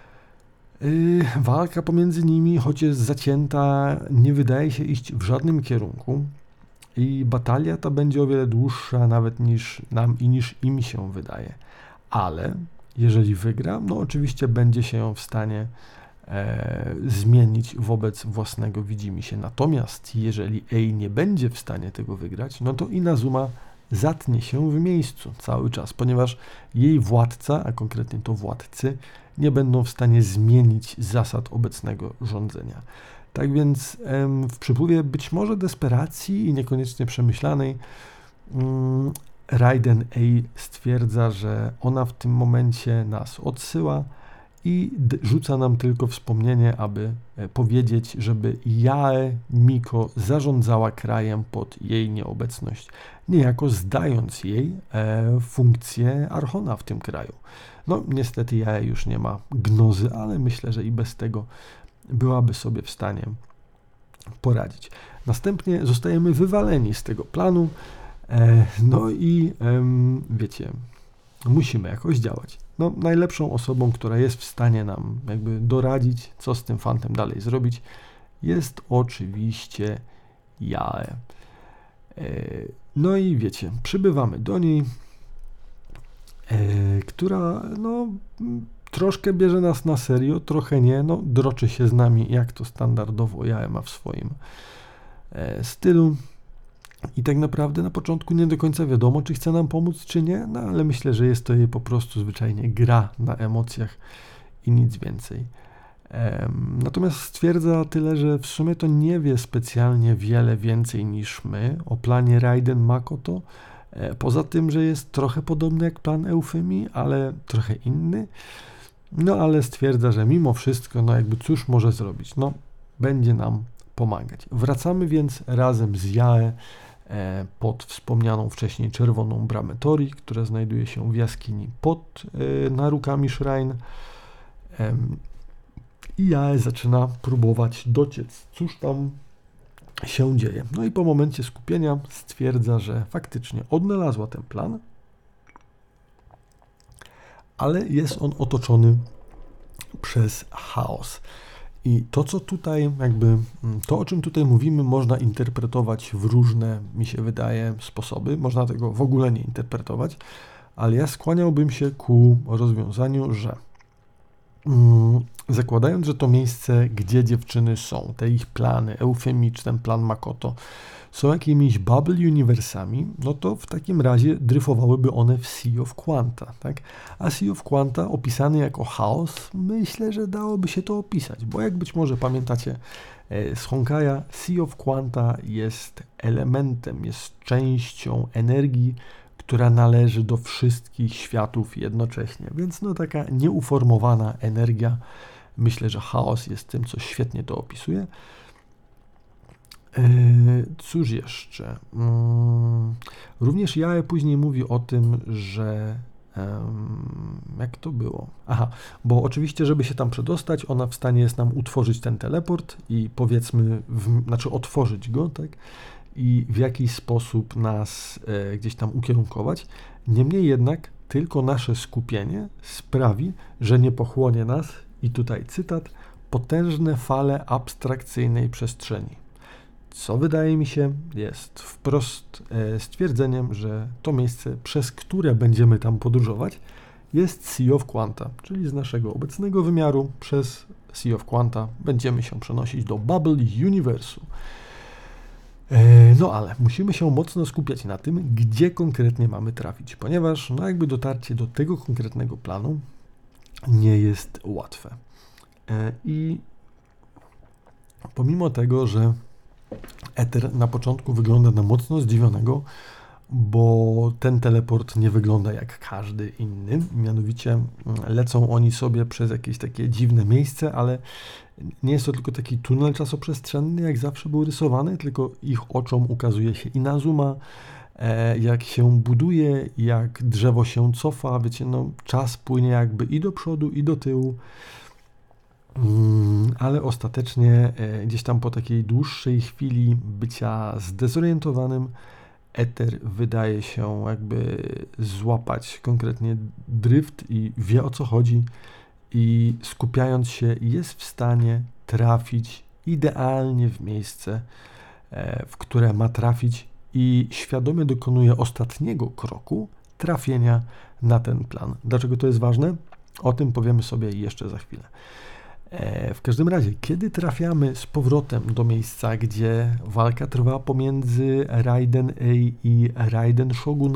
Speaker 1: yy, walka pomiędzy nimi, choć jest zacięta, nie wydaje się iść w żadnym kierunku i batalia ta będzie o wiele dłuższa nawet niż nam i niż im się wydaje. Ale jeżeli wygra, no oczywiście będzie się ją w stanie e, zmienić wobec własnego widzimisię. Natomiast jeżeli Ej nie będzie w stanie tego wygrać, no to Inazuma zatnie się w miejscu cały czas, ponieważ jej władca, a konkretnie to władcy, nie będą w stanie zmienić zasad obecnego rządzenia. Tak więc em, w przypływie być może desperacji i niekoniecznie przemyślanej mm, Raiden Ej stwierdza, że ona w tym momencie nas odsyła i d- rzuca nam tylko wspomnienie, aby e, powiedzieć, żeby Yae Miko zarządzała krajem pod jej nieobecność, niejako zdając jej e, funkcję Archona w tym kraju. No niestety Yae już nie ma gnozy, ale myślę, że i bez tego byłaby sobie w stanie poradzić. Następnie zostajemy wywaleni z tego planu, e, no i e, wiecie, musimy jakoś działać. No, najlepszą osobą, która jest w stanie nam jakby doradzić, co z tym fantem dalej zrobić, jest oczywiście Yae. E, no i wiecie, przybywamy do niej, e, która no troszkę bierze nas na serio, trochę nie, no droczy się z nami, jak to standardowo Yae ma w swoim e, stylu. I tak naprawdę na początku nie do końca wiadomo, czy chce nam pomóc, czy nie, no ale myślę, że jest to jej po prostu zwyczajnie gra na emocjach i nic więcej. Ehm, natomiast stwierdza tyle, że w sumie to nie wie specjalnie wiele więcej niż my o planie Raiden Makoto, e, poza tym, że jest trochę podobny jak plan Eufemii, ale trochę inny. No ale stwierdza, że mimo wszystko, no jakby cóż może zrobić, no będzie nam pomagać. Wracamy więc razem z Yae e, pod wspomnianą wcześniej czerwoną bramę Tori, która znajduje się w jaskini pod e, Narukami Shrine. E, I Yae zaczyna próbować dociec, cóż tam się dzieje. No i po momencie skupienia stwierdza, że faktycznie odnalazła ten plan, ale jest on otoczony przez chaos. I to, co tutaj jakby, to o czym tutaj mówimy, można interpretować w różne, mi się wydaje, sposoby. Można tego w ogóle nie interpretować, ale ja skłaniałbym się ku rozwiązaniu, że mm, zakładając, że to miejsce, gdzie dziewczyny są, te ich plany, Eufemii czy ten plan Makoto, są jakimiś bubble uniwersami, no to w takim razie dryfowałyby one w Sea of Quanta, tak? A Sea of Quanta opisany jako chaos, myślę, że dałoby się to opisać, bo jak być może pamiętacie z Honkaja, Sea of Quanta jest elementem, jest częścią energii, która należy do wszystkich światów jednocześnie, więc no taka nieuformowana energia, myślę, że chaos jest tym, co świetnie to opisuje. Cóż jeszcze? Również Yae później mówi o tym, że jak to było? Aha, bo oczywiście, żeby się tam przedostać, ona w stanie jest nam utworzyć ten teleport i powiedzmy, w, znaczy otworzyć go, tak? I w jakiś sposób nas e, gdzieś tam ukierunkować. Niemniej jednak tylko nasze skupienie sprawi, że nie pochłonie nas, i tutaj cytat, potężne fale abstrakcyjnej przestrzeni. Co wydaje mi się jest wprost e, stwierdzeniem, że to miejsce, przez które będziemy tam podróżować, jest Sea of Quanta, czyli z naszego obecnego wymiaru przez Sea of Quanta będziemy się przenosić do Bubble Universu. E, no ale musimy się mocno skupiać na tym, gdzie konkretnie mamy trafić, ponieważ no jakby dotarcie do tego konkretnego planu nie jest łatwe. E, I pomimo tego, że Eter na początku wygląda na mocno zdziwionego, bo ten teleport nie wygląda jak każdy inny, mianowicie lecą oni sobie przez jakieś takie dziwne miejsce, ale nie jest to tylko taki tunel czasoprzestrzenny, jak zawsze był rysowany, tylko ich oczom ukazuje się Inazuma, jak się buduje, jak drzewo się cofa, wiecie, no czas płynie jakby i do przodu, i do tyłu, ale ostatecznie gdzieś tam po takiej dłuższej chwili bycia zdezorientowanym, Eter wydaje się jakby złapać konkretnie drift i wie, o co chodzi, i skupiając się jest w stanie trafić idealnie w miejsce, w które ma trafić, i świadomie dokonuje ostatniego kroku trafienia na ten plan. Dlaczego to jest ważne? O tym powiemy sobie jeszcze za chwilę. W każdym razie, kiedy trafiamy z powrotem do miejsca, gdzie walka trwa pomiędzy Raiden A i Raiden Shogun,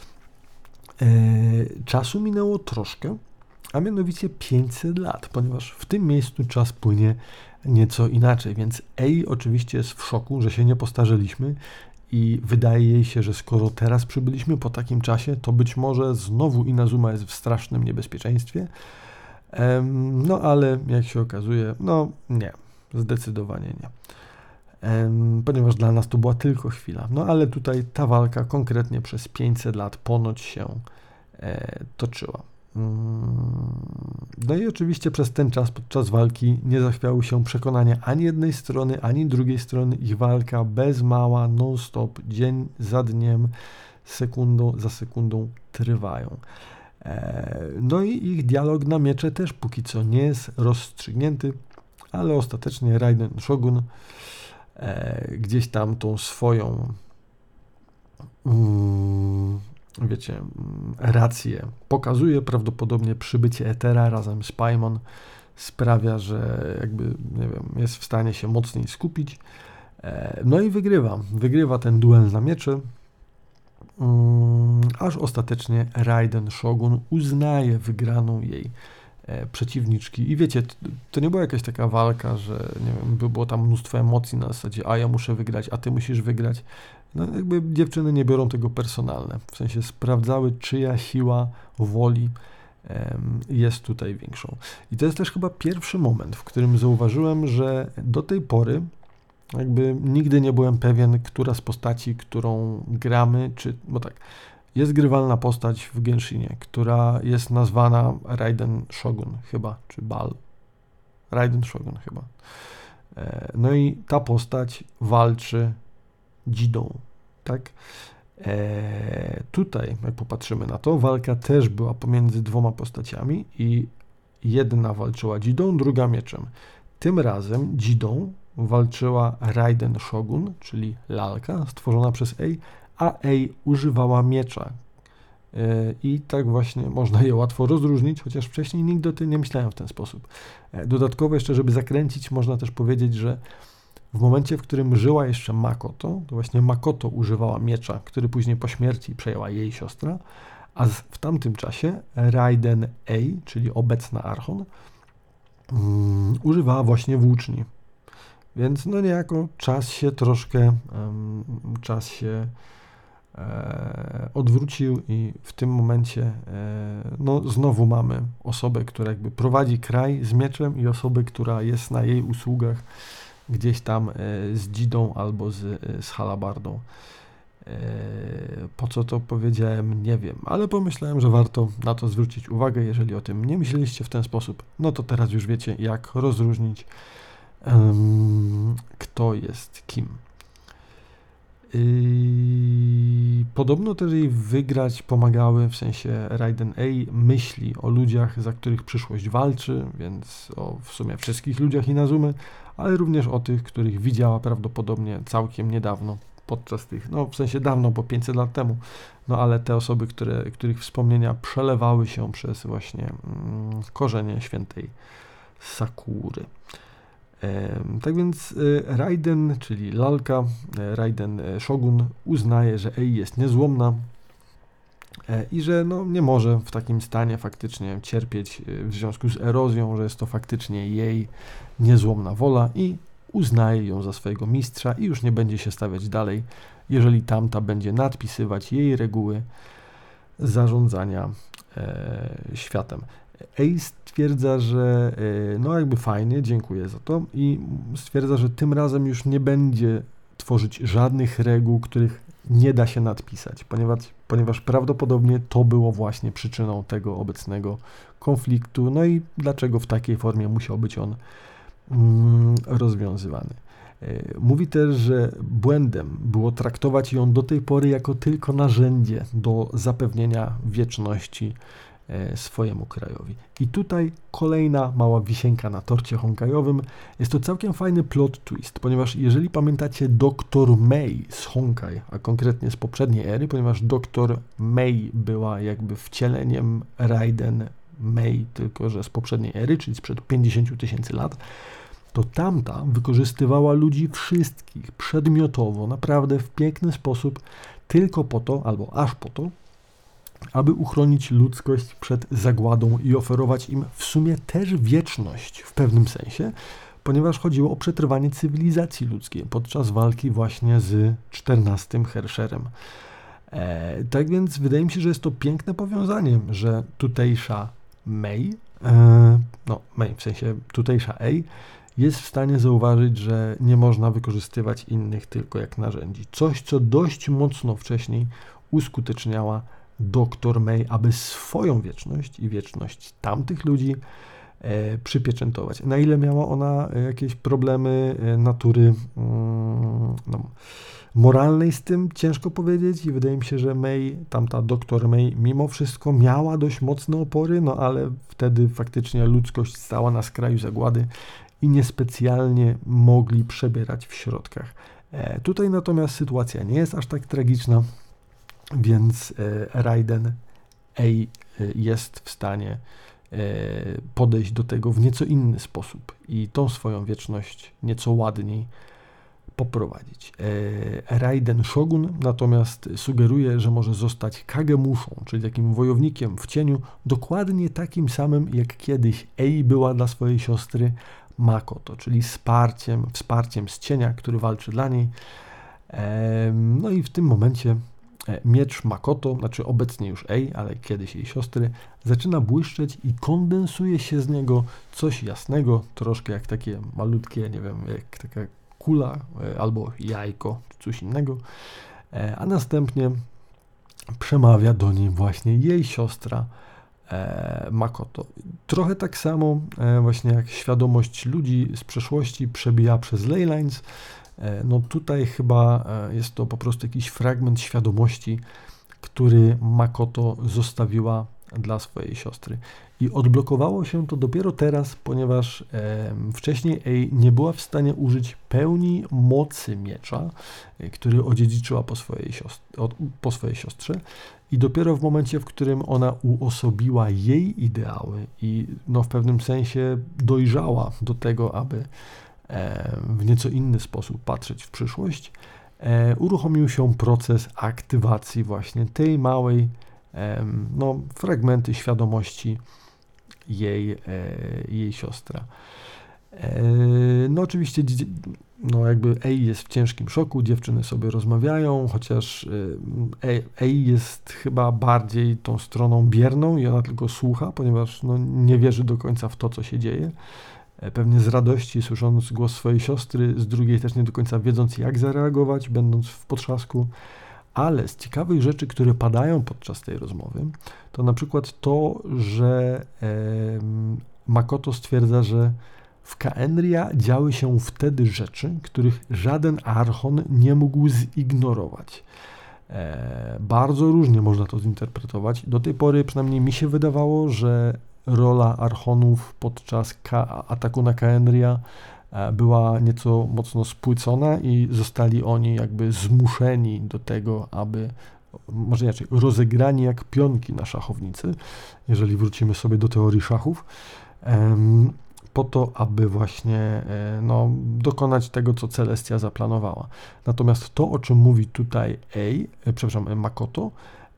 Speaker 1: czasu minęło troszkę, a mianowicie pięćset lat, ponieważ w tym miejscu czas płynie nieco inaczej, więc A oczywiście jest w szoku, że się nie postarzyliśmy i wydaje jej się, że skoro teraz przybyliśmy po takim czasie, to być może znowu Inazuma jest w strasznym niebezpieczeństwie. No ale jak się okazuje, no nie, zdecydowanie nie, ponieważ dla nas to była tylko chwila. No ale tutaj ta walka konkretnie przez pięćset lat ponoć się toczyła. No i oczywiście przez ten czas, podczas walki, nie zachwiały się przekonania ani jednej strony, ani drugiej strony. Ich walka bez mała, non-stop, dzień za dniem, sekundą za sekundą trwają. No i ich dialog na miecze też póki co nie jest rozstrzygnięty, ale ostatecznie Raiden Shogun gdzieś tam tą swoją wiecie, rację pokazuje. Prawdopodobnie przybycie Etera razem z Paimon sprawia, że jakby, nie wiem, jest w stanie się mocniej skupić. No i wygrywa. Wygrywa ten duel na miecze, aż ostatecznie Raiden Shogun uznaje wygraną jej przeciwniczki. I wiecie, to, to nie była jakaś taka walka, że nie wiem, by było tam mnóstwo emocji na zasadzie, a ja muszę wygrać, a ty musisz wygrać. No jakby dziewczyny nie biorą tego personalne. W sensie sprawdzały, czyja siła woli um, jest tutaj większą. I to jest też chyba pierwszy moment, w którym zauważyłem, że do tej pory jakby nigdy nie byłem pewien, która z postaci, którą gramy, czy, bo tak, jest grywalna postać w Genshinie, która jest nazwana Raiden Shogun chyba, czy Bal. Raiden Shogun chyba. No i ta postać walczy dzidą, tak? E, tutaj, jak popatrzymy na to, walka też była pomiędzy dwoma postaciami i jedna walczyła dzidą, druga mieczem. Tym razem dzidą walczyła Raiden Shogun, czyli lalka stworzona przez A, a A używała miecza. E, I tak właśnie można je łatwo rozróżnić, chociaż wcześniej nigdy o tym nie myślałem w ten sposób. E, dodatkowo jeszcze, żeby zakręcić, można też powiedzieć, że w momencie, w którym żyła jeszcze Makoto, to właśnie Makoto używała miecza, który później po śmierci przejęła jej siostra, a w tamtym czasie Raiden A, czyli obecna Archon, um, używała właśnie włóczni. Więc no niejako czas się troszkę, um, czas się e, odwrócił i w tym momencie e, no znowu mamy osobę, która jakby prowadzi kraj z mieczem i osobę, która jest na jej usługach gdzieś tam e, z dzidą albo z, z halabardą. E, po co to powiedziałem, nie wiem, ale pomyślałem, że warto na to zwrócić uwagę. Jeżeli o tym nie myśleliście w ten sposób, no to teraz już wiecie, jak rozróżnić, um, kto jest kim. Yy, podobno też jej wygrać pomagały, w sensie Raiden A myśli o ludziach, za których przyszłość walczy, więc o w sumie wszystkich ludziach Inazumy, ale również o tych, których widziała prawdopodobnie całkiem niedawno, podczas tych, no w sensie dawno, bo pięćset lat temu, no ale te osoby, które, których wspomnienia przelewały się przez właśnie mm, korzenie świętej Sakury. Tak więc Raiden, czyli lalka, Raiden Shogun uznaje, że Ei jest niezłomna i że no, nie może w takim stanie faktycznie cierpieć w związku z erozją, że jest to faktycznie jej niezłomna wola i uznaje ją za swojego mistrza i już nie będzie się stawiać dalej, jeżeli tamta będzie nadpisywać jej reguły zarządzania e, światem. A stwierdza, że e, no jakby fajnie, dziękuję za to i stwierdza, że tym razem już nie będzie tworzyć żadnych reguł, których nie da się nadpisać, ponieważ, ponieważ prawdopodobnie to było właśnie przyczyną tego obecnego konfliktu, no i dlaczego w takiej formie musiał być on mm, rozwiązywany. Mówi też, że błędem było traktować ją do tej pory jako tylko narzędzie do zapewnienia wieczności swojemu krajowi. I tutaj kolejna mała wisienka na torcie Honkajowym. Jest to całkiem fajny plot twist, ponieważ jeżeli pamiętacie doktor Mei z Honkai, a konkretnie z poprzedniej ery, ponieważ doktor Mei była jakby wcieleniem Raiden Mei, tylko że z poprzedniej ery, czyli sprzed pięćdziesięciu tysięcy lat, to tamta wykorzystywała ludzi wszystkich przedmiotowo, naprawdę w piękny sposób, tylko po to, albo aż po to, aby uchronić ludzkość przed zagładą i oferować im w sumie też wieczność w pewnym sensie, ponieważ chodziło o przetrwanie cywilizacji ludzkiej podczas walki właśnie z czternastym Herscherem. E, tak więc wydaje mi się, że jest to piękne powiązanie, że tutejsza Mei, e, no Mei w sensie tutejsza A, jest w stanie zauważyć, że nie można wykorzystywać innych tylko jak narzędzi. Coś, co dość mocno wcześniej uskuteczniała doktor Mei, aby swoją wieczność i wieczność tamtych ludzi e, przypieczętować. Na ile miała ona jakieś problemy e, natury mm, no, moralnej z tym, ciężko powiedzieć i wydaje mi się, że Mei, tamta doktor Mei mimo wszystko miała dość mocne opory, no ale wtedy faktycznie ludzkość stała na skraju zagłady i niespecjalnie mogli przebierać w środkach. E, tutaj natomiast sytuacja nie jest aż tak tragiczna, więc e, Raiden A e, jest w stanie e, podejść do tego w nieco inny sposób i tą swoją wieczność nieco ładniej poprowadzić. E, Raiden Shogun natomiast sugeruje, że może zostać Kagemuszą, czyli takim wojownikiem w cieniu, dokładnie takim samym jak kiedyś A była dla swojej siostry Makoto, czyli wsparciem, wsparciem z cienia, który walczy dla niej. E, no i w tym momencie miecz Makoto, znaczy obecnie już A, ale kiedyś jej siostry, zaczyna błyszczeć i kondensuje się z niego coś jasnego, troszkę jak takie malutkie, nie wiem, jak taka kula albo jajko, czy coś innego, a następnie przemawia do niej właśnie jej siostra Makoto. Trochę tak samo właśnie jak świadomość ludzi z przeszłości przebija przez ley lines. No tutaj chyba jest to po prostu jakiś fragment świadomości, który Makoto zostawiła dla swojej siostry. I odblokowało się to dopiero teraz, ponieważ e, wcześniej A nie była w stanie użyć pełni mocy miecza, e, który odziedziczyła po swojej, siostrze, od, po swojej siostrze. I dopiero w momencie, w którym ona uosobiła jej ideały i no, w pewnym sensie dojrzała do tego, aby w nieco inny sposób patrzeć w przyszłość, e, uruchomił się proces aktywacji właśnie tej małej e, no, fragmenty świadomości jej, e, jej siostra. E, no oczywiście no jakby A jest w ciężkim szoku, dziewczyny sobie rozmawiają, chociaż A, A jest chyba bardziej tą stroną bierną i ona tylko słucha, ponieważ no, nie wierzy do końca w to, co się dzieje. Pewnie z radości, słysząc głos swojej siostry, z drugiej też nie do końca wiedząc, jak zareagować, będąc w potrzasku. Ale z ciekawych rzeczy, które padają podczas tej rozmowy, to na przykład to, że e, Makoto stwierdza, że w Khaenri'ah działy się wtedy rzeczy, których żaden archon nie mógł zignorować. E, bardzo różnie można to zinterpretować. Do tej pory przynajmniej mi się wydawało, że rola archonów podczas ka- ataku na Khaenri'ah była nieco mocno spłycona i zostali oni jakby zmuszeni do tego, aby, może inaczej, rozegrani jak pionki na szachownicy, jeżeli wrócimy sobie do teorii szachów, em, po to, aby właśnie e, no, dokonać tego, co Celestia zaplanowała. Natomiast to, o czym mówi tutaj A, e, przepraszam, Makoto,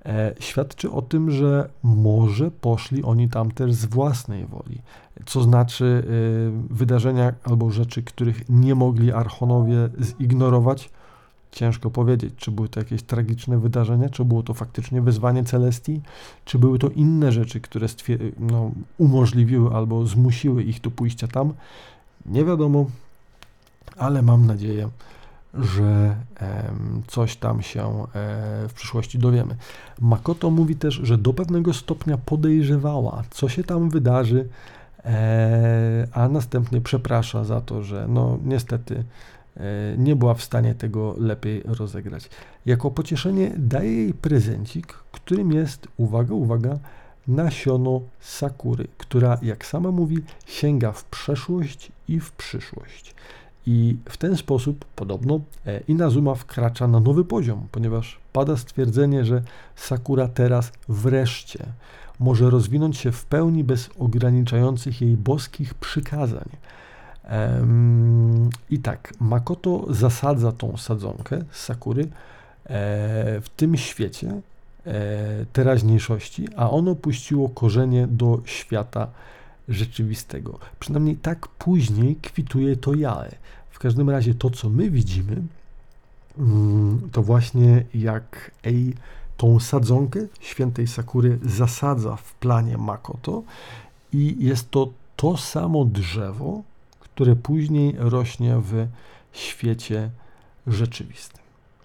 Speaker 1: e, świadczy o tym, że może poszli oni tam też z własnej woli. Co znaczy e, wydarzenia albo rzeczy, których nie mogli archonowie zignorować. Ciężko powiedzieć, czy były to jakieś tragiczne wydarzenia, czy było to faktycznie wezwanie Celestii, czy były to inne rzeczy, które stwier- no, umożliwiły albo zmusiły ich do pójścia tam. Nie wiadomo, ale mam nadzieję, że em, coś tam się e, w przyszłości dowiemy. Makoto mówi też, że do pewnego stopnia podejrzewała, co się tam wydarzy, e, a następnie przeprasza za to, że no niestety e, nie była w stanie tego lepiej rozegrać. Jako pocieszenie daje jej prezencik, którym jest, uwaga, uwaga, nasiono sakury, która, jak sama mówi, sięga w przeszłość i w przyszłość. I w ten sposób podobno Inazuma wkracza na nowy poziom, ponieważ pada stwierdzenie, że Sakura teraz wreszcie może rozwinąć się w pełni bez ograniczających jej boskich przykazań. Ehm, I tak, Makoto zasadza tą sadzonkę z Sakury e, w tym świecie e, teraźniejszości, a ono puściło korzenie do świata rzeczywistego. Przynajmniej tak później kwituje to Jae. W każdym razie to, co my widzimy, to właśnie jak Ei tą sadzonkę świętej Sakury zasadza w planie Makoto i jest to to samo drzewo, które później rośnie w świecie rzeczywistym.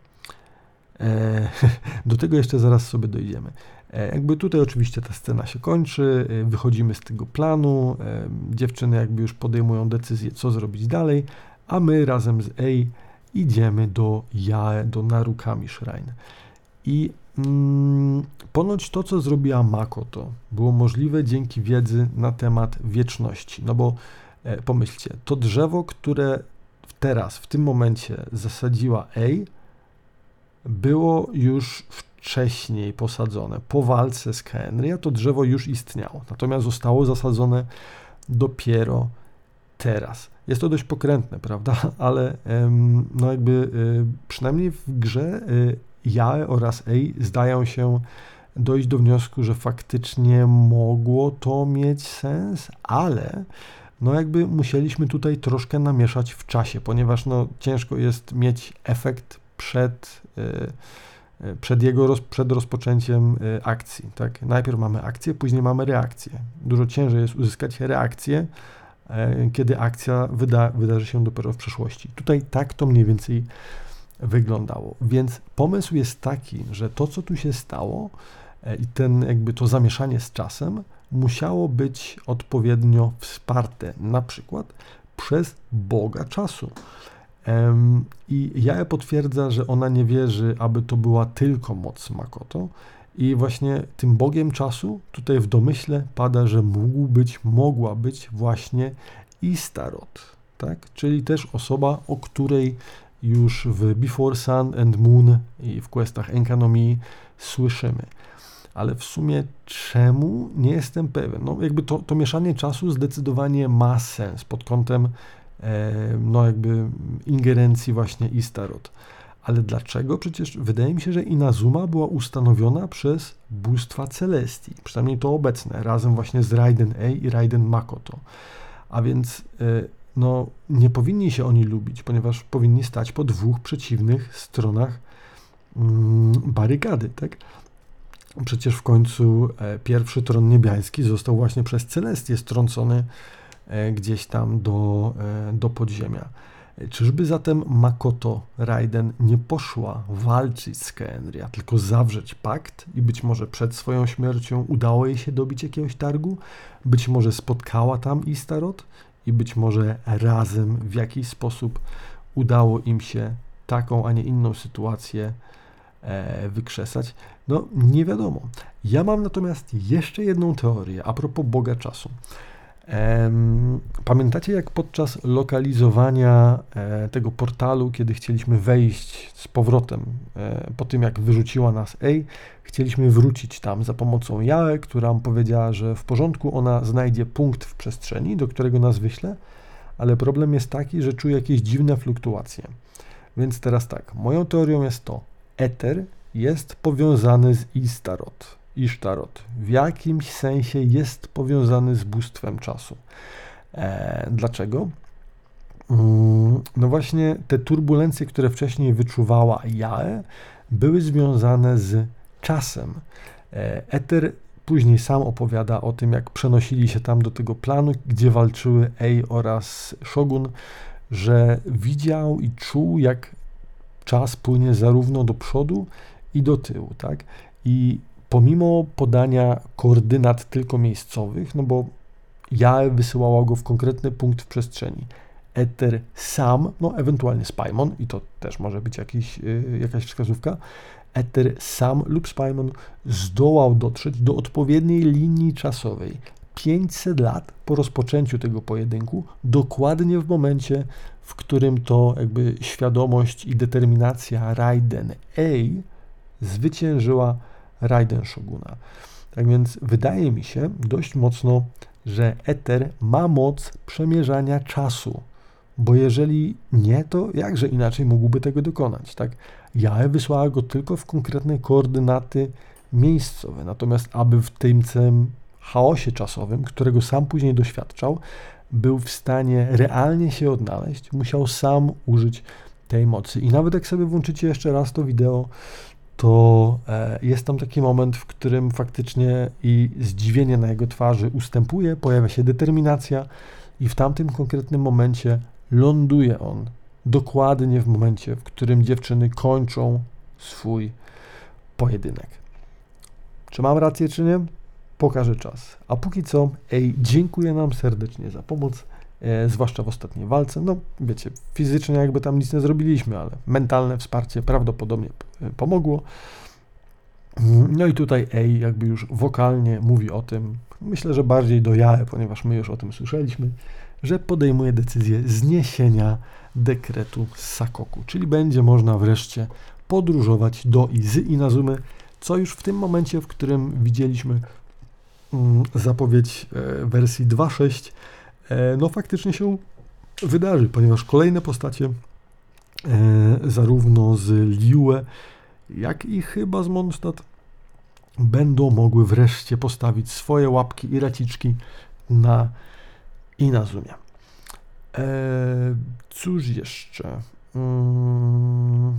Speaker 1: Do tego jeszcze zaraz sobie dojdziemy. Jakby tutaj oczywiście ta scena się kończy, wychodzimy z tego planu, dziewczyny jakby już podejmują decyzję, co zrobić dalej, a my razem z Ei idziemy do Jae, do Narukami Shrine. I mm, ponoć to, co zrobiła Makoto, było możliwe dzięki wiedzy na temat wieczności. No bo e, pomyślcie, to drzewo, które teraz, w tym momencie zasadziła Ei, było już wcześniej posadzone. Po walce z Khaenri'ah to drzewo już istniało, natomiast zostało zasadzone dopiero teraz. Jest to dość pokrętne, prawda? Ale ym, no jakby y, przynajmniej w grze y, Jae oraz Ei zdają się dojść do wniosku, że faktycznie mogło to mieć sens, ale no jakby musieliśmy tutaj troszkę namieszać w czasie, ponieważ no ciężko jest mieć efekt przed, y, przed jego roz, przed rozpoczęciem y, akcji, tak? Najpierw mamy akcję, później mamy reakcję. Dużo ciężej jest uzyskać reakcję, y, kiedy akcja wyda, wydarzy się dopiero w przyszłości. Tutaj tak to mniej więcej wyglądało. Więc pomysł jest taki, że to, co tu się stało y, i ten jakby to zamieszanie z czasem musiało być odpowiednio wsparte, na przykład przez Boga czasu. I Jae potwierdza, że ona nie wierzy, aby to była tylko moc Makoto i właśnie tym Bogiem czasu tutaj w domyśle pada, że mógł być, mogła być właśnie Istarot, tak? Czyli też osoba, o której już w Before Sun and Moon i w questach Enkanomii słyszymy. Ale w sumie czemu? Nie jestem pewien. No jakby to, to mieszanie czasu zdecydowanie ma sens pod kątem no jakby ingerencji właśnie Istarot. Ale dlaczego? Przecież wydaje mi się, że Inazuma była ustanowiona przez bóstwa Celestii, przynajmniej to obecne, razem właśnie z Raiden Ei i Raiden Makoto. A więc no nie powinni się oni lubić, ponieważ powinni stać po dwóch przeciwnych stronach mm, barykady, tak? Przecież w końcu pierwszy tron niebiański został właśnie przez Celestię strącony gdzieś tam do, do podziemia. Czyżby zatem Makoto Raiden nie poszła walczyć z Khaenri'ah, tylko zawrzeć pakt i być może przed swoją śmiercią udało jej się dobić jakiegoś targu? Być może spotkała tam Istarot i być może razem w jakiś sposób udało im się taką, a nie inną sytuację e, wykrzesać? No nie wiadomo. Ja mam natomiast jeszcze jedną teorię a propos Boga czasu. Pamiętacie, jak podczas lokalizowania tego portalu, kiedy chcieliśmy wejść z powrotem, po tym jak wyrzuciła nas Ei, chcieliśmy wrócić tam za pomocą Jae, która nam powiedziała, że w porządku, ona znajdzie punkt w przestrzeni, do którego nas wyśle, ale problem jest taki, że czuję jakieś dziwne fluktuacje. Więc teraz tak, moją teorią jest to, eter jest powiązany z Ishtarot. Ishtarot w jakimś sensie jest powiązany z bóstwem czasu. E, dlaczego? Mm, no właśnie te turbulencje, które wcześniej wyczuwała Jae, były związane z czasem. E, Eter później sam opowiada o tym, jak przenosili się tam do tego planu, gdzie walczyły Ei oraz Shogun, że widział i czuł, jak czas płynie zarówno do przodu i do tyłu, tak? I pomimo podania koordynat tylko miejscowych, no bo Jae wysyłała go w konkretny punkt w przestrzeni, Eter sam, no ewentualnie Spaimon, i to też może być jakiś, yy, jakaś wskazówka, Eter sam lub Spaimon zdołał dotrzeć do odpowiedniej linii czasowej pięćset lat po rozpoczęciu tego pojedynku, dokładnie w momencie, w którym to jakby świadomość i determinacja Raiden Ei zwyciężyła Raiden Shoguna. Tak więc wydaje mi się dość mocno, że Eter ma moc przemierzania czasu, bo jeżeli nie, to jakże inaczej mógłby tego dokonać, tak? Jae wysłała go tylko w konkretne koordynaty miejscowe, natomiast aby w tym całym chaosie czasowym, którego sam później doświadczał, był w stanie realnie się odnaleźć, musiał sam użyć tej mocy. I nawet jak sobie włączycie jeszcze raz to wideo, to e, jest tam taki moment, w którym faktycznie i zdziwienie na jego twarzy ustępuje, pojawia się determinacja i w tamtym konkretnym momencie ląduje on dokładnie w momencie, w którym dziewczyny kończą swój pojedynek. Czy mam rację, czy nie? Pokaże czas. A póki co, Ei dziękuję nam serdecznie za pomoc, e, zwłaszcza w ostatniej walce. No, wiecie, fizycznie jakby tam nic nie zrobiliśmy, ale mentalne wsparcie prawdopodobnie p- pomogło. No i tutaj Ei jakby już wokalnie mówi o tym, myślę, że bardziej do Jae, ponieważ my już o tym słyszeliśmy, że podejmuje decyzję zniesienia dekretu Sakoku, czyli będzie można wreszcie podróżować do i z Inazumy, co już w tym momencie, w którym widzieliśmy mm, zapowiedź e, wersji dwa sześć, e, no faktycznie się wydarzy, ponieważ kolejne postacie e, zarówno z Liyue, jak i chyba z Mondstadt będą mogły wreszcie postawić swoje łapki i raciczki na Inazumie. E, cóż jeszcze? Hmm.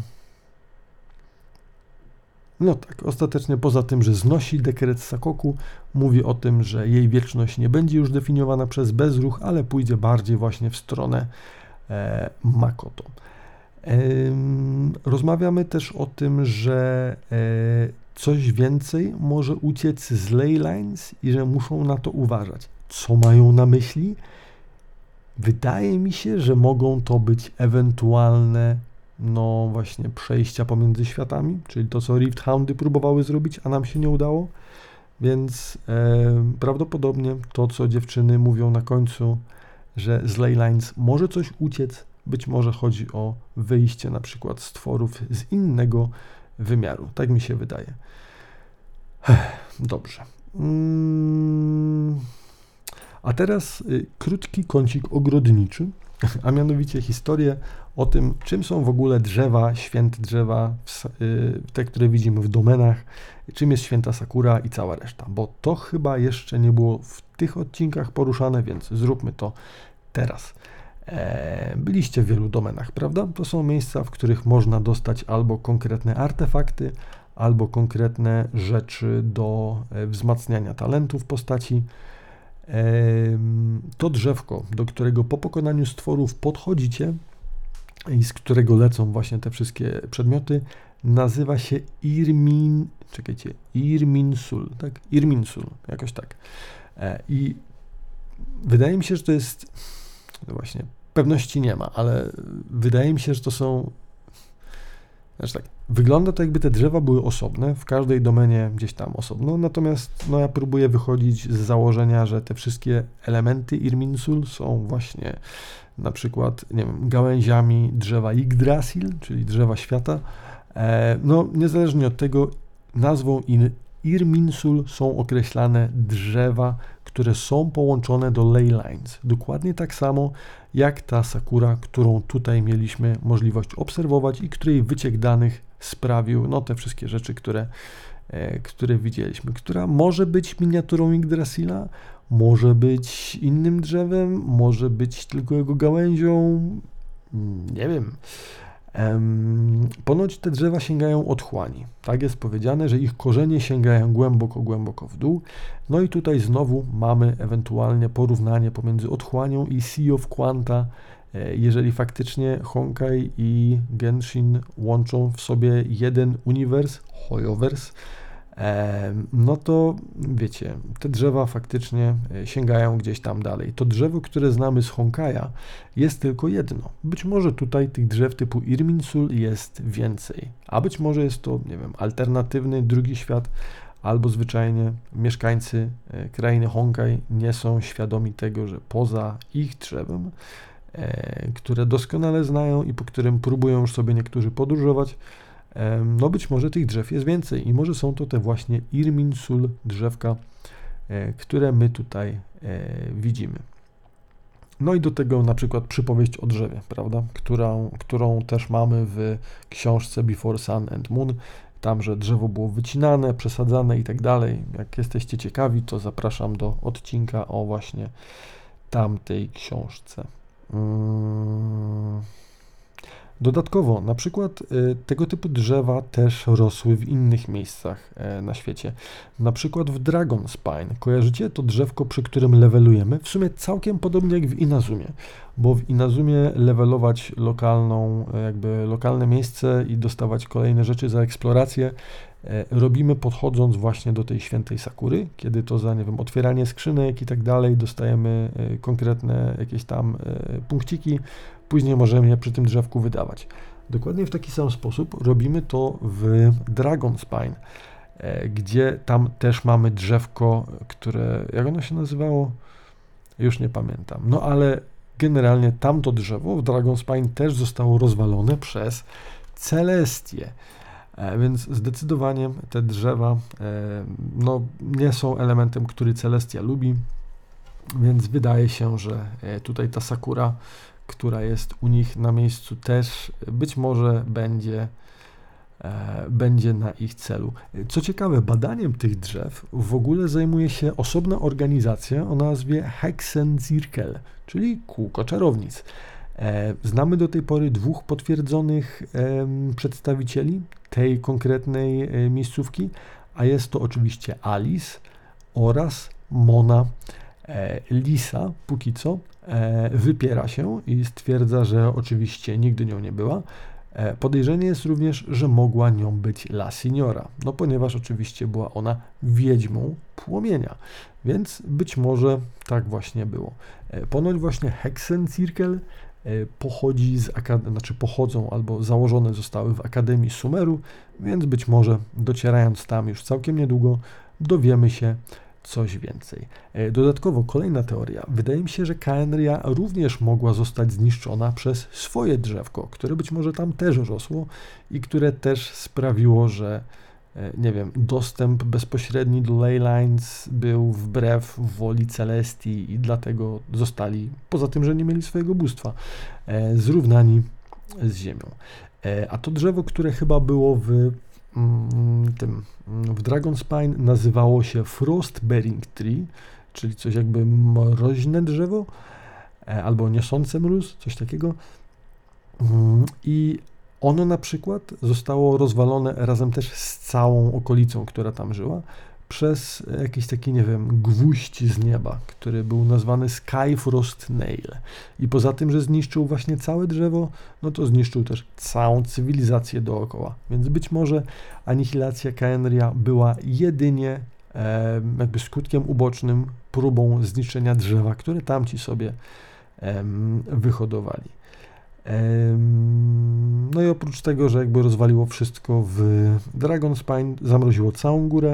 Speaker 1: No tak, ostatecznie poza tym, że znosi dekret Sakoku, mówi o tym, że jej wieczność nie będzie już definiowana przez bezruch, ale pójdzie bardziej właśnie w stronę e, Makoto. E, rozmawiamy też o tym, że e, coś więcej może uciec z Ley Lines i że muszą na to uważać. Co mają na myśli? Wydaje mi się, że mogą to być ewentualne no właśnie przejścia pomiędzy światami, czyli to, co Rift Houndy próbowały zrobić, a nam się nie udało, więc e, prawdopodobnie to, co dziewczyny mówią na końcu, że z Ley Lines może coś uciec, być może chodzi o wyjście na przykład stworów z innego wymiaru, tak mi się wydaje. Dobrze. Mm. A teraz y, krótki kącik ogrodniczy, a mianowicie historię o tym, czym są w ogóle drzewa, święte drzewa, y, te, które widzimy w domenach, czym jest święta Sakura i cała reszta, bo to chyba jeszcze nie było w tych odcinkach poruszane, więc zróbmy to teraz. E, byliście w wielu domenach, prawda? To są miejsca, w których można dostać albo konkretne artefakty, albo konkretne rzeczy do e, wzmacniania talentów postaci. To drzewko, do którego po pokonaniu stworów podchodzicie i z którego lecą właśnie te wszystkie przedmioty, nazywa się Irmin, czekajcie, Irminsul, tak? Irminsul, jakoś tak. I wydaje mi się, że to jest, no właśnie, pewności nie ma, ale wydaje mi się, że to są, znaczy tak, wygląda to, jakby te drzewa były osobne, w każdej domenie gdzieś tam osobno, natomiast no ja próbuję wychodzić z założenia, że te wszystkie elementy Irminsul są właśnie na przykład, nie wiem, gałęziami drzewa Yggdrasil, czyli drzewa świata. E, no niezależnie od tego, nazwą in, Irminsul są określane drzewa, które są połączone do Ley Lines. Dokładnie tak samo jak ta Sakura, którą tutaj mieliśmy możliwość obserwować i której wyciek danych sprawił, no te wszystkie rzeczy, które, e, które widzieliśmy, która może być miniaturą Yggdrasila, może być innym drzewem, może być tylko jego gałęzią, nie wiem. Um, ponoć te drzewa sięgają otchłani. Tak jest powiedziane, że ich korzenie sięgają głęboko, głęboko w dół. No i tutaj znowu mamy ewentualnie porównanie pomiędzy otchłanią i Sea of Quanta. Jeżeli faktycznie Honkai i Genshin łączą w sobie jeden uniwers, Hoyoverse, no to wiecie, te drzewa faktycznie sięgają gdzieś tam dalej. To drzewo, które znamy z Honkaja, jest tylko jedno. Być może tutaj tych drzew typu Irminsul jest więcej, a być może jest to, nie wiem, alternatywny drugi świat, albo zwyczajnie mieszkańcy krainy Honkai nie są świadomi tego, że poza ich drzewem, które doskonale znają i po którym próbują już sobie niektórzy podróżować, no być może tych drzew jest więcej i może są to te właśnie Irminsul drzewka, które my tutaj widzimy. No i do tego na przykład przypowieść o drzewie, prawda, którą, którą też mamy w książce Before Sun and Moon, tam, że drzewo było wycinane, przesadzane i tak dalej. Jak jesteście ciekawi, to zapraszam do odcinka o właśnie tamtej książce. Hmm. Dodatkowo, na przykład y, tego typu drzewa też rosły w innych miejscach y, na świecie. Na przykład w Dragon Spine. Kojarzycie to drzewko, przy którym levelujemy? W sumie całkiem podobnie jak w Inazumie, bo w Inazumie levelować lokalną, jakby lokalne miejsce i dostawać kolejne rzeczy za eksplorację y, robimy podchodząc właśnie do tej świętej Sakury, kiedy to za, nie wiem, otwieranie skrzynek i tak dalej dostajemy y, konkretne jakieś tam y, punkciki. Później możemy je przy tym drzewku wydawać. Dokładnie w taki sam sposób robimy to w Dragon Spine, gdzie tam też mamy drzewko, które, jak ono się nazywało? Już nie pamiętam. No ale generalnie tamto drzewo w Dragon Spine też zostało rozwalone przez Celestię. Więc zdecydowanie te drzewa no, nie są elementem, który Celestia lubi, więc wydaje się, że tutaj ta Sakura, która jest u nich na miejscu, też być może będzie, e, będzie na ich celu. Co ciekawe, badaniem tych drzew w ogóle zajmuje się osobna organizacja o nazwie Hexenzirkel, czyli kółko czarownic. E, znamy do tej pory dwóch potwierdzonych e, przedstawicieli tej konkretnej e, miejscówki, a jest to oczywiście Alice oraz Mona. E, Lisa póki co e, wypiera się i stwierdza, że oczywiście nigdy nią nie była. E, podejrzenie jest również, że mogła nią być La Signora, no ponieważ oczywiście była ona wiedźmą płomienia, więc być może tak właśnie było. E, ponoć właśnie Hexenzirkel e, pochodzi z akad- znaczy pochodzą albo założone zostały w Akademii Sumeru, więc być może docierając tam już całkiem niedługo dowiemy się coś więcej. Dodatkowo kolejna teoria. Wydaje mi się, że Khaenri'ah również mogła zostać zniszczona przez swoje drzewko, które być może tam też rosło i które też sprawiło, że nie wiem, dostęp bezpośredni do Leylines był wbrew woli Celestii i dlatego zostali, poza tym, że nie mieli swojego bóstwa, zrównani z ziemią. A to drzewo, które chyba było w tym w Dragon Spine, nazywało się Frost Bearing Tree, czyli coś jakby mroźne drzewo, albo niosące mróz, coś takiego. I ono na przykład zostało rozwalone razem też z całą okolicą, która tam żyła, przez jakiś taki, nie wiem, gwóźdź z nieba, który był nazwany Skyfrost Nail. I poza tym, że zniszczył właśnie całe drzewo, no to zniszczył też całą cywilizację dookoła. Więc być może anihilacja Khaenri'ah była jedynie e, jakby skutkiem ubocznym, próbą zniszczenia drzewa, które tamci sobie e, wyhodowali. E, no i oprócz tego, że jakby rozwaliło wszystko w Dragon Spine, zamroziło całą górę,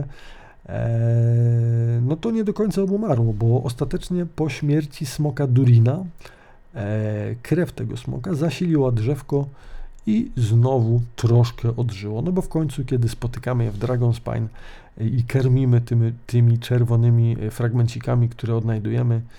Speaker 1: no to nie do końca obumarło, bo ostatecznie po śmierci smoka Durina krew tego smoka zasiliła drzewko i znowu troszkę odżyło. No bo w końcu, kiedy spotykamy je w Dragon Spine i karmimy tymi, tymi czerwonymi fragmencikami, które odnajdujemy,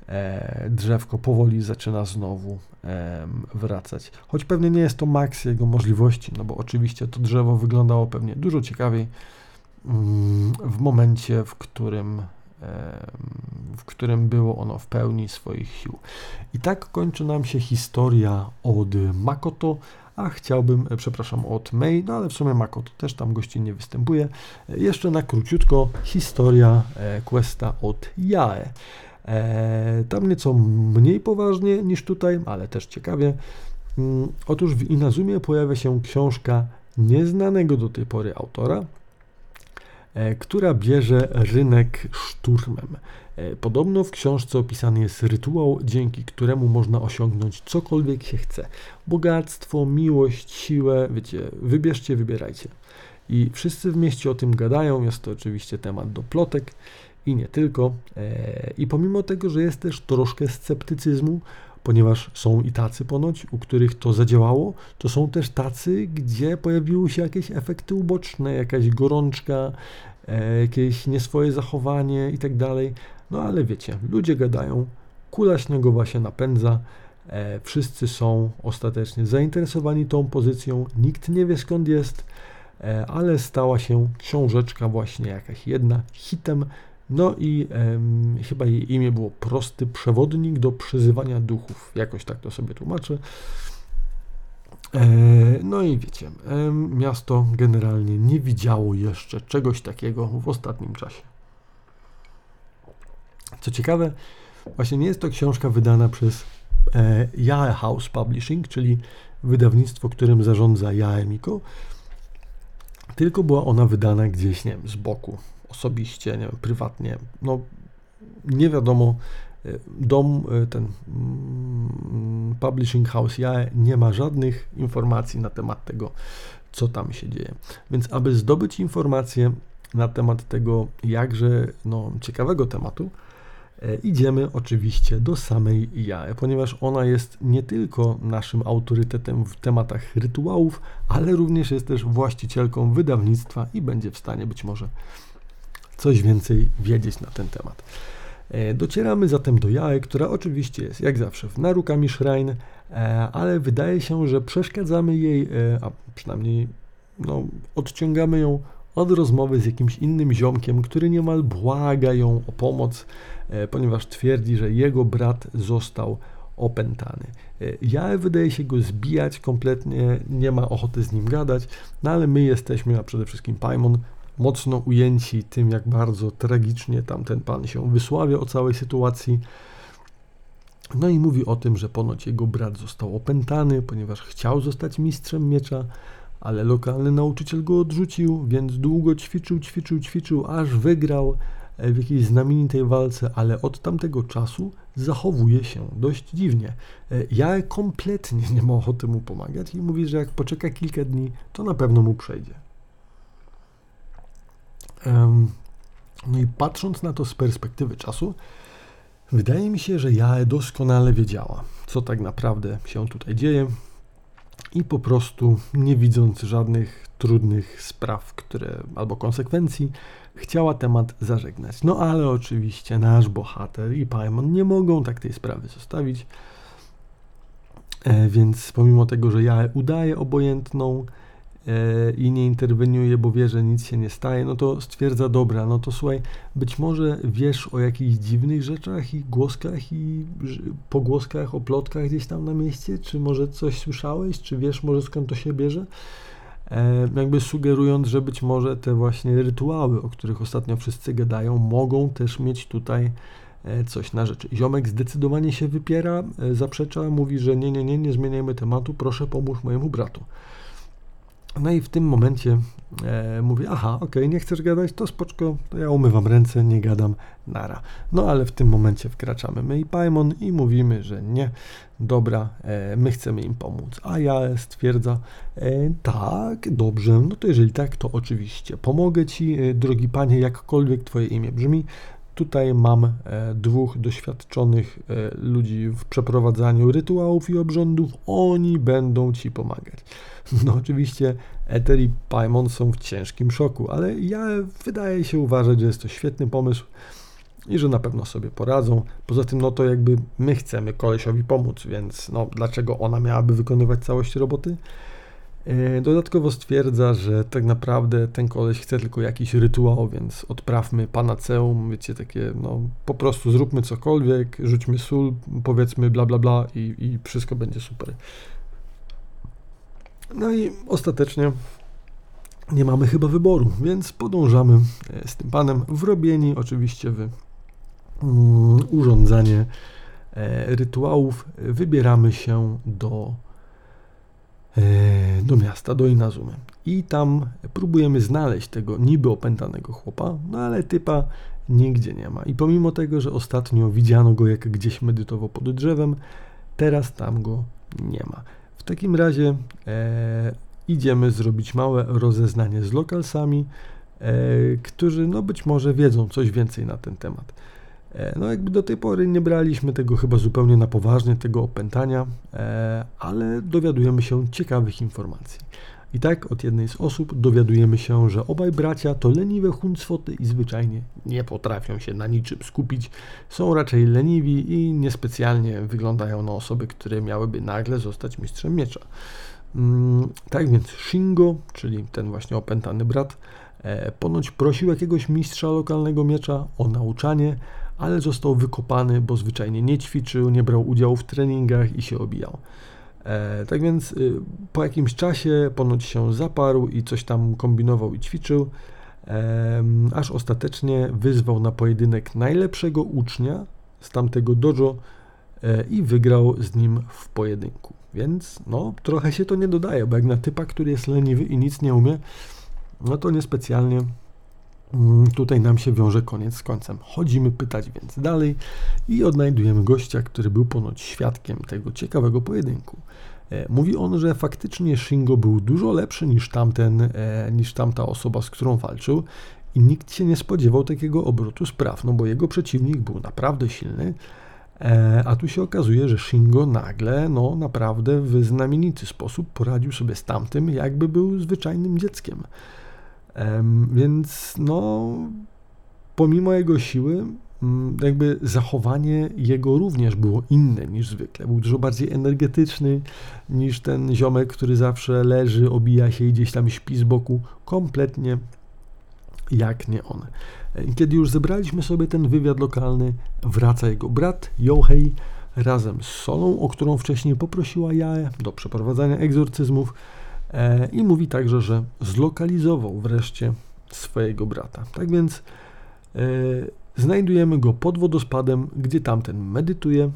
Speaker 1: e, drzewko powoli zaczyna znowu e, wracać. Choć pewnie nie jest to maks jego możliwości, no bo oczywiście to drzewo wyglądało pewnie dużo ciekawiej mm, w momencie, w którym w którym było ono w pełni swoich sił. I tak kończy nam się historia od Makoto, a chciałbym, przepraszam, od Mei, no ale w sumie Makoto też tam gościnnie występuje. Jeszcze na króciutko historia e, questa od Yae. E, tam nieco mniej poważnie niż tutaj, ale też ciekawie. Mm, otóż w Inazumie pojawia się książka nieznanego do tej pory autora, która bierze rynek szturmem. Podobno w książce opisany jest rytuał, dzięki któremu można osiągnąć cokolwiek się chce. Bogactwo, miłość, siłę, wiecie, wybierzcie, wybierajcie. I wszyscy w mieście o tym gadają, jest to oczywiście temat do plotek i nie tylko. I pomimo tego, że jest też troszkę sceptycyzmu, ponieważ są i tacy ponoć, u których to zadziałało, to są też tacy, gdzie pojawiły się jakieś efekty uboczne, jakaś gorączka, e, jakieś nieswoje zachowanie i tak dalej. No ale wiecie, ludzie gadają, kula śniegowa się napędza, e, wszyscy są ostatecznie zainteresowani tą pozycją, nikt nie wie skąd jest, e, ale stała się książeczka właśnie jakaś jedna hitem. No i em, chyba jej imię było Prosty Przewodnik do Przyzywania Duchów. Jakoś tak to sobie tłumaczę. E, no i wiecie, em, miasto generalnie nie widziało jeszcze czegoś takiego w ostatnim czasie. Co ciekawe, właśnie nie jest to książka wydana przez e, Yae House Publishing, czyli wydawnictwo, którym zarządza Yae Miko, tylko była ona wydana gdzieś, nie wiem, z boku. Osobiście, nie wiem, prywatnie, no nie wiadomo, dom, ten mm, publishing house Yae nie ma żadnych informacji na temat tego, co tam się dzieje. Więc aby zdobyć informacje na temat tego jakże no, ciekawego tematu, e, idziemy oczywiście do samej Yae, ponieważ ona jest nie tylko naszym autorytetem w tematach rytuałów, ale również jest też właścicielką wydawnictwa i będzie w stanie być może coś więcej wiedzieć na ten temat. E, docieramy zatem do Yae, która oczywiście jest jak zawsze w Narukami Shrine, e, ale wydaje się, że przeszkadzamy jej, e, a przynajmniej no, odciągamy ją od rozmowy z jakimś innym ziomkiem, który niemal błaga ją o pomoc, e, ponieważ twierdzi, że jego brat został opętany. E, Yae wydaje się go zbijać, kompletnie nie ma ochoty z nim gadać, no ale my jesteśmy, a przede wszystkim Paimon, mocno ujęci tym, jak bardzo tragicznie tamten pan się wysławia o całej sytuacji. No i mówi o tym, że ponoć jego brat został opętany, ponieważ chciał zostać mistrzem miecza, ale lokalny nauczyciel go odrzucił, więc długo ćwiczył, ćwiczył, ćwiczył, aż wygrał w jakiejś znamienitej walce, ale od tamtego czasu zachowuje się dość dziwnie. Ja kompletnie nie ma ochoty mu pomagać i mówi, że jak poczeka kilka dni, to na pewno mu przejdzie. No i patrząc na to z perspektywy czasu, wydaje mi się, że Yae doskonale wiedziała, co tak naprawdę się tutaj dzieje i po prostu nie widząc żadnych trudnych spraw, które albo konsekwencji, chciała temat zażegnać. No ale oczywiście nasz bohater i Paimon nie mogą tak tej sprawy zostawić, e, więc pomimo tego, że Yae udaje obojętną i nie interweniuje, bo wie, że nic się nie staje, no to stwierdza, dobra, no to słuchaj, być może wiesz o jakichś dziwnych rzeczach i głoskach i pogłoskach, o plotkach gdzieś tam na mieście, czy może coś słyszałeś, czy wiesz może skąd to się bierze? E, jakby sugerując, że być może te właśnie rytuały, o których ostatnio wszyscy gadają, mogą też mieć tutaj e, coś na rzeczy. Ziomek zdecydowanie się wypiera, e, zaprzecza, mówi, że nie, nie, nie, nie zmieniajmy tematu, proszę pomóż mojemu bratu. No i w tym momencie e, mówię, aha, okej, okay, nie chcesz gadać, to spoczko, to ja umywam ręce, nie gadam, nara. No ale w tym momencie wkraczamy my i Paimon i mówimy, że nie, dobra, e, my chcemy im pomóc. A ja stwierdza, e, tak, dobrze, no to jeżeli tak, to oczywiście pomogę ci, e, drogi panie, jakkolwiek twoje imię brzmi. Tutaj mam e, dwóch doświadczonych e, ludzi w przeprowadzaniu rytuałów i obrządów, oni będą ci pomagać. No oczywiście Ether i Paimon są w ciężkim szoku, ale ja wydaje się uważać, że jest to świetny pomysł i że na pewno sobie poradzą. Poza tym, no to jakby my chcemy kolesiowi pomóc, więc no dlaczego ona miałaby wykonywać całość roboty? Dodatkowo stwierdza, że tak naprawdę ten koleś chce tylko jakiś rytuał, więc odprawmy panaceum, wiecie, takie, no po prostu zróbmy cokolwiek, rzućmy sól, powiedzmy bla bla bla i, i wszystko będzie super. No i ostatecznie nie mamy chyba wyboru, więc podążamy z tym panem, wrobieni oczywiście w um, urządzanie e, rytuałów, wybieramy się do do miasta, do Inazumy. I tam próbujemy znaleźć tego niby opętanego chłopa, no ale typa nigdzie nie ma. I pomimo tego, że ostatnio widziano go, jak gdzieś medytował pod drzewem, teraz tam go nie ma. W takim razie e, idziemy zrobić małe rozeznanie z lokalsami, e, którzy no być może wiedzą coś więcej na ten temat. No jakby do tej pory nie braliśmy tego chyba zupełnie na poważnie, tego opętania, ale dowiadujemy się ciekawych informacji. I tak od jednej z osób dowiadujemy się, że obaj bracia to leniwe huncwoty i zwyczajnie nie potrafią się na niczym skupić. Są raczej leniwi i niespecjalnie wyglądają na osoby, które miałyby nagle zostać mistrzem miecza. Tak więc Shingo, czyli ten właśnie opętany brat, ponoć prosił jakiegoś mistrza lokalnego miecza o nauczanie, ale został wykopany, bo zwyczajnie nie ćwiczył, nie brał udziału w treningach i się obijał. E, tak więc y, po jakimś czasie ponoć się zaparł i coś tam kombinował i ćwiczył, e, aż ostatecznie wyzwał na pojedynek najlepszego ucznia z tamtego dojo e, i wygrał z nim w pojedynku. Więc no trochę się to nie dodaje, bo jak na typa, który jest leniwy i nic nie umie, no to niespecjalnie tutaj nam się wiąże koniec z końcem. Chodzimy pytać więc dalej i odnajdujemy gościa, który był ponoć świadkiem tego ciekawego pojedynku. Mówi on, że faktycznie Shingo był dużo lepszy niż tamten, niż tamta osoba, z którą walczył i nikt się nie spodziewał takiego obrotu spraw, no bo jego przeciwnik był naprawdę silny, a tu się okazuje, że Shingo nagle, no naprawdę w znamienity sposób poradził sobie z tamtym, jakby był zwyczajnym dzieckiem. Więc no, pomimo jego siły, jakby zachowanie jego również było inne niż zwykle. Był dużo bardziej energetyczny niż ten ziomek, który zawsze leży, obija się i gdzieś tam śpi z boku. Kompletnie jak nie on. Kiedy już zebraliśmy sobie ten wywiad lokalny, wraca jego brat Yohei razem z Solą, o którą wcześniej poprosiła Jae do przeprowadzania egzorcyzmów. I mówi także, że zlokalizował wreszcie swojego brata. Tak więc e, znajdujemy go pod wodospadem, gdzie tamten medytuje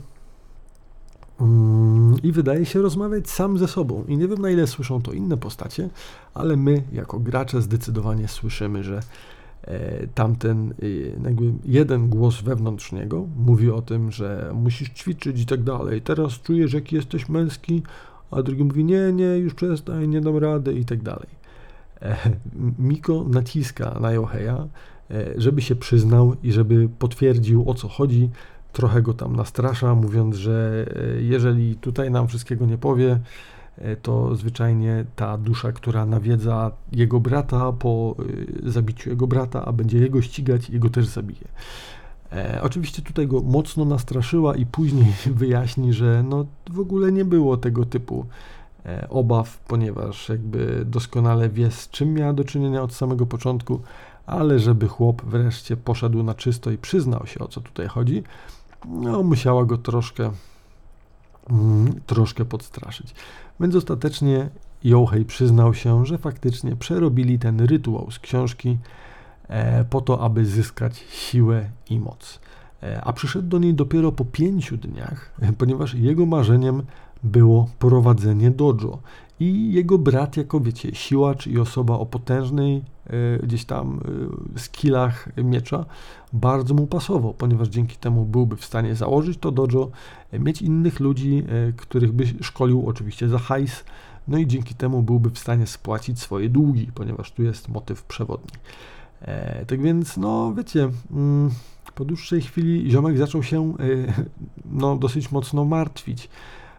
Speaker 1: mm, i wydaje się rozmawiać sam ze sobą. I nie wiem, na ile słyszą to inne postacie, ale my jako gracze zdecydowanie słyszymy, że e, tamten e, jakby jeden głos wewnątrz niego mówi o tym, że musisz ćwiczyć i tak dalej. Teraz czujesz, jaki jesteś męski, a drugi mówi, nie, nie, już przestań, nie dam rady i tak dalej. E, Miko naciska na Yoheya, e, żeby się przyznał i żeby potwierdził, o co chodzi. Trochę go tam nastrasza, mówiąc, że e, jeżeli tutaj nam wszystkiego nie powie, e, to zwyczajnie ta dusza, która nawiedza jego brata po e, zabiciu jego brata, a będzie jego ścigać, jego też zabije. E, oczywiście tutaj go mocno nastraszyła i później wyjaśni, że no w ogóle nie było tego typu e, obaw, ponieważ jakby doskonale wie, z czym miała do czynienia od samego początku, ale żeby chłop wreszcie poszedł na czysto i przyznał się, o co tutaj chodzi, no musiała go troszkę mm, troszkę podstraszyć. Więc ostatecznie Yohei przyznał się, że faktycznie przerobili ten rytuał z książki po to, aby zyskać siłę i moc. A przyszedł do niej dopiero po pięciu dniach, ponieważ jego marzeniem było prowadzenie dojo i jego brat, jako wiecie, siłacz i osoba o potężnej e, gdzieś tam e, skillach miecza, bardzo mu pasował, ponieważ dzięki temu byłby w stanie założyć to dojo, e, mieć innych ludzi, e, których by szkolił oczywiście za hajs, no i dzięki temu byłby w stanie spłacić swoje długi, ponieważ tu jest motyw przewodni. E, tak więc, no wiecie, mm, po dłuższej chwili ziomek zaczął się e, no, dosyć mocno martwić.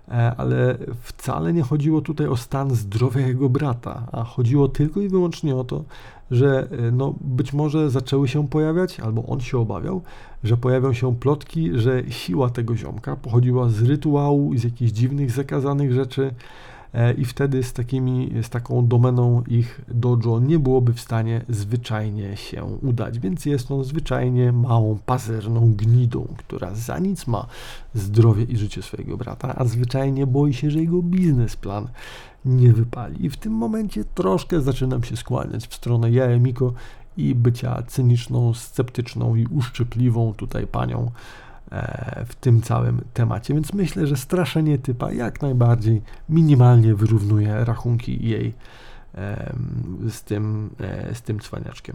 Speaker 1: ale wcale nie chodziło tutaj o stan zdrowia jego brata, a chodziło tylko i wyłącznie o to, że no być może zaczęły się pojawiać, albo on się obawiał, że pojawią się plotki, że siła tego ziomka pochodziła z rytuału i z jakichś dziwnych, zakazanych rzeczy, i wtedy z, takimi, z taką domeną ich dojo nie byłoby w stanie zwyczajnie się udać, więc jest on zwyczajnie małą, pazerną gnidą, która za nic ma zdrowie i życie swojego brata, a zwyczajnie boi się, że jego biznesplan nie wypali. I w tym momencie troszkę zaczynam się skłaniać w stronę Jae-miko i bycia cyniczną, sceptyczną i uszczypliwą tutaj panią w tym całym temacie, więc myślę, że straszenie typa jak najbardziej minimalnie wyrównuje rachunki jej z tym, z tym cwaniaczkiem.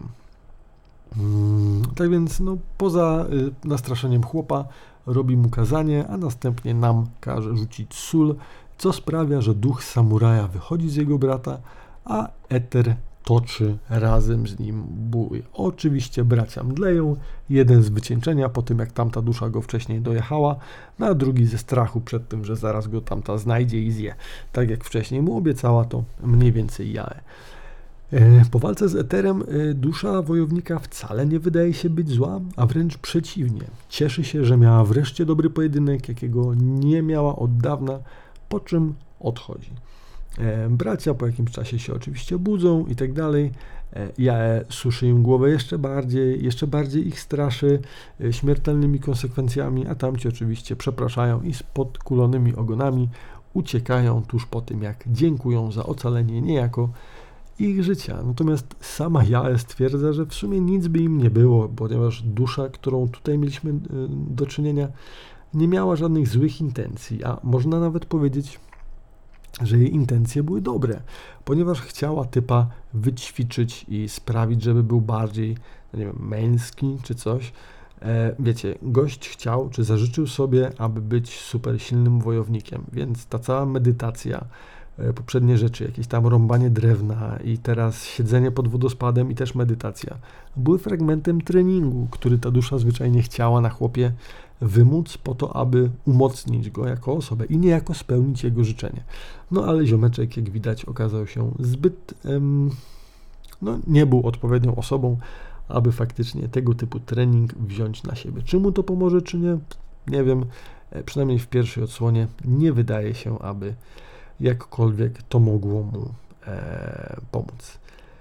Speaker 1: Tak więc no, poza nastraszeniem chłopa robi mu kazanie, a następnie nam każe rzucić sól, co sprawia, że duch samuraja wychodzi z jego brata, a eter toczy razem z nim bój. Oczywiście bracia mdleją, jeden z wycieńczenia po tym, jak tamta dusza go wcześniej dojechała, no a drugi ze strachu przed tym, że zaraz go tamta znajdzie i zje. Tak jak wcześniej mu obiecała, to mniej więcej Jae. Po walce z eterem dusza wojownika wcale nie wydaje się być zła, a wręcz przeciwnie. Cieszy się, że miała wreszcie dobry pojedynek, jakiego nie miała od dawna, po czym odchodzi. Bracia po jakimś czasie się oczywiście budzą i tak dalej. Jae suszy im głowę jeszcze bardziej, jeszcze bardziej ich straszy śmiertelnymi konsekwencjami, a tamci oczywiście przepraszają i z podkulonymi ogonami uciekają tuż po tym, jak dziękują za ocalenie niejako ich życia. Natomiast sama Jae stwierdza, że w sumie nic by im nie było, ponieważ dusza, którą tutaj mieliśmy do czynienia, nie miała żadnych złych intencji, a można nawet powiedzieć, że jej intencje były dobre, ponieważ chciała typa wyćwiczyć i sprawić, żeby był bardziej, no nie wiem, męski czy coś. E, wiecie, gość chciał, czy zażyczył sobie, aby być super silnym wojownikiem, więc ta cała medytacja, e, poprzednie rzeczy, jakieś tam rąbanie drewna i teraz siedzenie pod wodospadem i też medytacja, były fragmentem treningu, który ta dusza zwyczajnie chciała na chłopie wymóc po to, aby umocnić go jako osobę i niejako spełnić jego życzenie. No ale ziomeczek, jak widać, okazał się zbyt, em, no nie był odpowiednią osobą, aby faktycznie tego typu trening wziąć na siebie. Czy mu to pomoże, czy nie? Nie wiem. E, przynajmniej w pierwszej odsłonie nie wydaje się, aby jakkolwiek to mogło mu e, pomóc.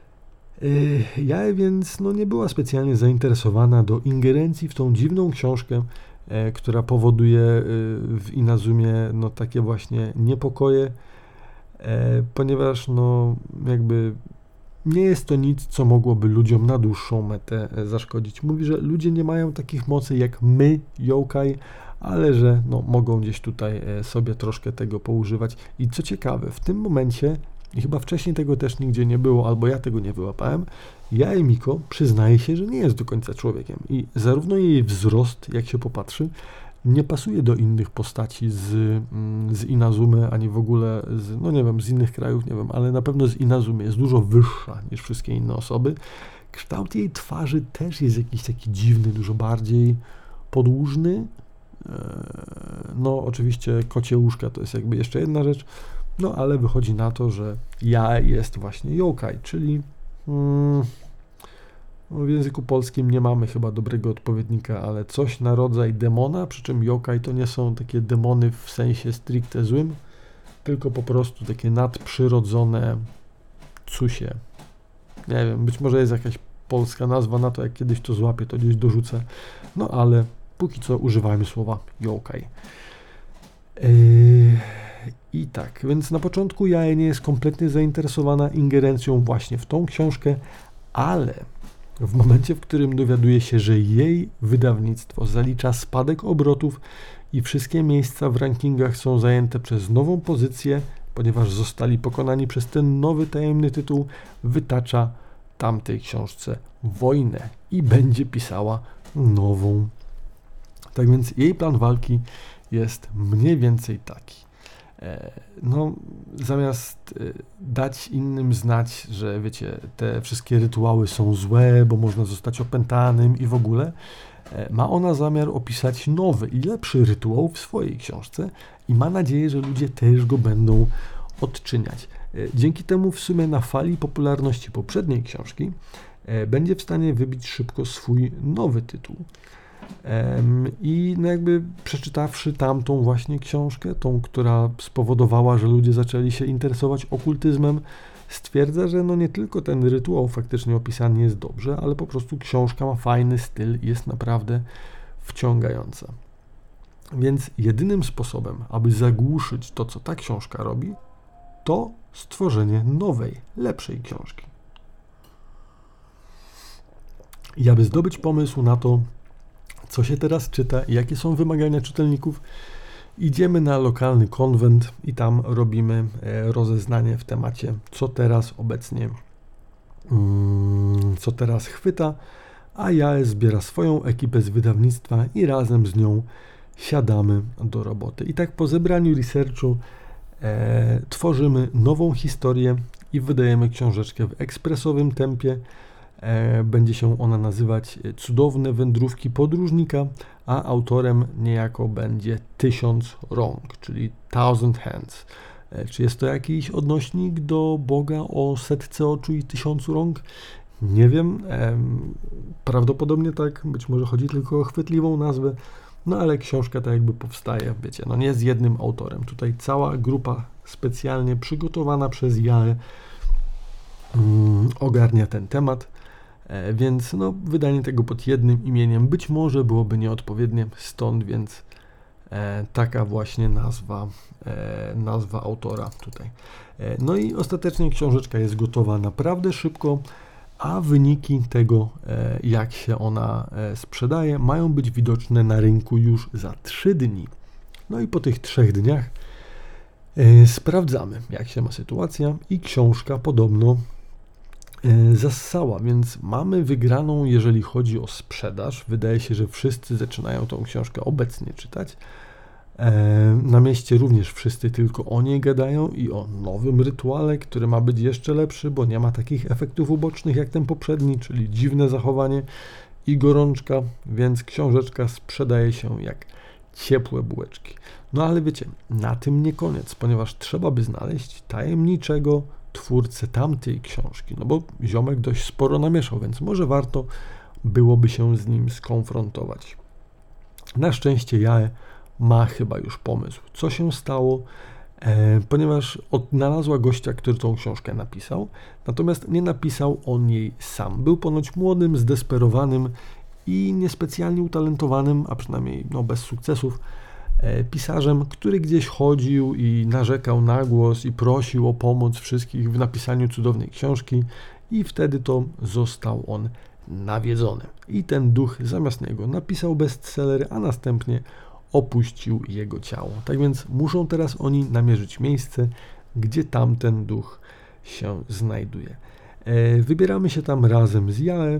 Speaker 1: E, ja więc no, nie była specjalnie zainteresowana do ingerencji w tą dziwną książkę, e, która powoduje e, w Inazumie no, takie właśnie niepokoje, e, ponieważ no jakby nie jest to nic, co mogłoby ludziom na dłuższą metę zaszkodzić. Mówi, że ludzie nie mają takich mocy jak my, yokai, ale że no, mogą gdzieś tutaj sobie troszkę tego poużywać. I co ciekawe, w tym momencie, i chyba wcześniej tego też nigdzie nie było, albo ja tego nie wyłapałem, Jae-miko przyznaje się, że nie jest do końca człowiekiem. I zarówno jej wzrost, jak się popatrzy, nie pasuje do innych postaci z, z Inazumy, ani w ogóle z, no nie wiem, z innych krajów, nie wiem, ale na pewno z Inazumy jest dużo wyższa niż wszystkie inne osoby. Kształt jej twarzy też jest jakiś taki dziwny, dużo bardziej podłużny. No oczywiście kocie łóżka to jest jakby jeszcze jedna rzecz, no ale wychodzi na to, że Jae jest właśnie yokai, czyli hmm, w języku polskim nie mamy chyba dobrego odpowiednika, ale coś na rodzaj demona, przy czym yokai to nie są takie demony w sensie stricte złym, tylko po prostu takie nadprzyrodzone cusie. Nie wiem, być może jest jakaś polska nazwa na to, jak kiedyś to złapię, to gdzieś dorzucę, no ale póki co używajmy słowa yokai. Yy, I tak, więc na początku Jae nie jest kompletnie zainteresowana ingerencją właśnie w tą książkę, ale w momencie, w którym dowiaduje się, że jej wydawnictwo zalicza spadek obrotów i wszystkie miejsca w rankingach są zajęte przez nową pozycję, ponieważ zostali pokonani przez ten nowy tajemny tytuł, wytacza tamtej książce wojnę i będzie pisała nową. Tak więc jej plan walki jest mniej więcej taki. No, zamiast dać innym znać, że wiecie, te wszystkie rytuały są złe, bo można zostać opętanym i w ogóle, Ma ona zamiar opisać nowy i lepszy rytuał w swojej książce i ma nadzieję, że ludzie też go będą odczyniać. Dzięki temu w sumie na fali popularności poprzedniej książki będzie w stanie wybić szybko swój nowy tytuł. I no jakby przeczytawszy tamtą właśnie książkę, tą, która spowodowała, że ludzie zaczęli się interesować okultyzmem, stwierdza, że no nie tylko ten rytuał faktycznie opisany jest dobrze, ale po prostu książka ma fajny styl i jest naprawdę wciągająca. Więc jedynym sposobem, aby zagłuszyć to, co ta książka robi, to stworzenie nowej, lepszej książki. I aby zdobyć pomysł na to, co się teraz czyta i jakie są wymagania czytelników, idziemy na lokalny konwent i tam robimy rozeznanie w temacie, co teraz obecnie, co teraz chwyta, a Jae zbiera swoją ekipę z wydawnictwa i razem z nią siadamy do roboty. I tak po zebraniu researchu e, tworzymy nową historię i wydajemy książeczkę w ekspresowym tempie. E, będzie się ona nazywać Cudowne wędrówki podróżnika, a autorem niejako będzie Tysiąc Rąk, czyli Thousand Hands. E, czy jest to jakiś odnośnik do Boga o setce oczu i tysiącu rąk? Nie wiem. E, prawdopodobnie tak. Być może chodzi tylko o chwytliwą nazwę. No ale książka tak jakby powstaje, wiecie, no nie z jednym autorem. Tutaj cała grupa specjalnie przygotowana przez Jae um, ogarnia ten temat, e, więc no wydanie tego pod jednym imieniem być może byłoby nieodpowiednie, stąd więc e, taka właśnie nazwa, e, nazwa autora tutaj. E, no i ostatecznie książeczka jest gotowa naprawdę szybko, a wyniki tego, jak się ona sprzedaje, mają być widoczne na rynku już za trzy dni. No i po tych trzech dniach sprawdzamy, jak się ma sytuacja i książka podobno zassała, więc mamy wygraną, jeżeli chodzi o sprzedaż. Wydaje się, że wszyscy zaczynają tą książkę obecnie czytać. Na mieście również wszyscy tylko o niej gadają i o nowym rytuale, który ma być jeszcze lepszy, bo nie ma takich efektów ubocznych jak ten poprzedni, czyli dziwne zachowanie i gorączka, więc książeczka sprzedaje się jak ciepłe bułeczki. No ale wiecie, na tym nie koniec, ponieważ trzeba by znaleźć tajemniczego twórcę tamtej książki, no bo ziomek dość sporo namieszał, więc może warto byłoby się z nim skonfrontować. Na szczęście Jae ma chyba już pomysł, co się stało, e, ponieważ odnalazła gościa, który tą książkę napisał, natomiast nie napisał on jej sam. Był ponoć młodym, zdesperowanym i niespecjalnie utalentowanym, a przynajmniej no, bez sukcesów, e, pisarzem, który gdzieś chodził i narzekał na głos i prosił o pomoc wszystkich w napisaniu cudownej książki i wtedy to został on nawiedzony. I ten duch zamiast niego napisał bestseller, a następnie opuścił jego ciało. Tak więc muszą teraz oni namierzyć miejsce, gdzie tamten duch się znajduje. E, wybieramy się tam razem z Jae,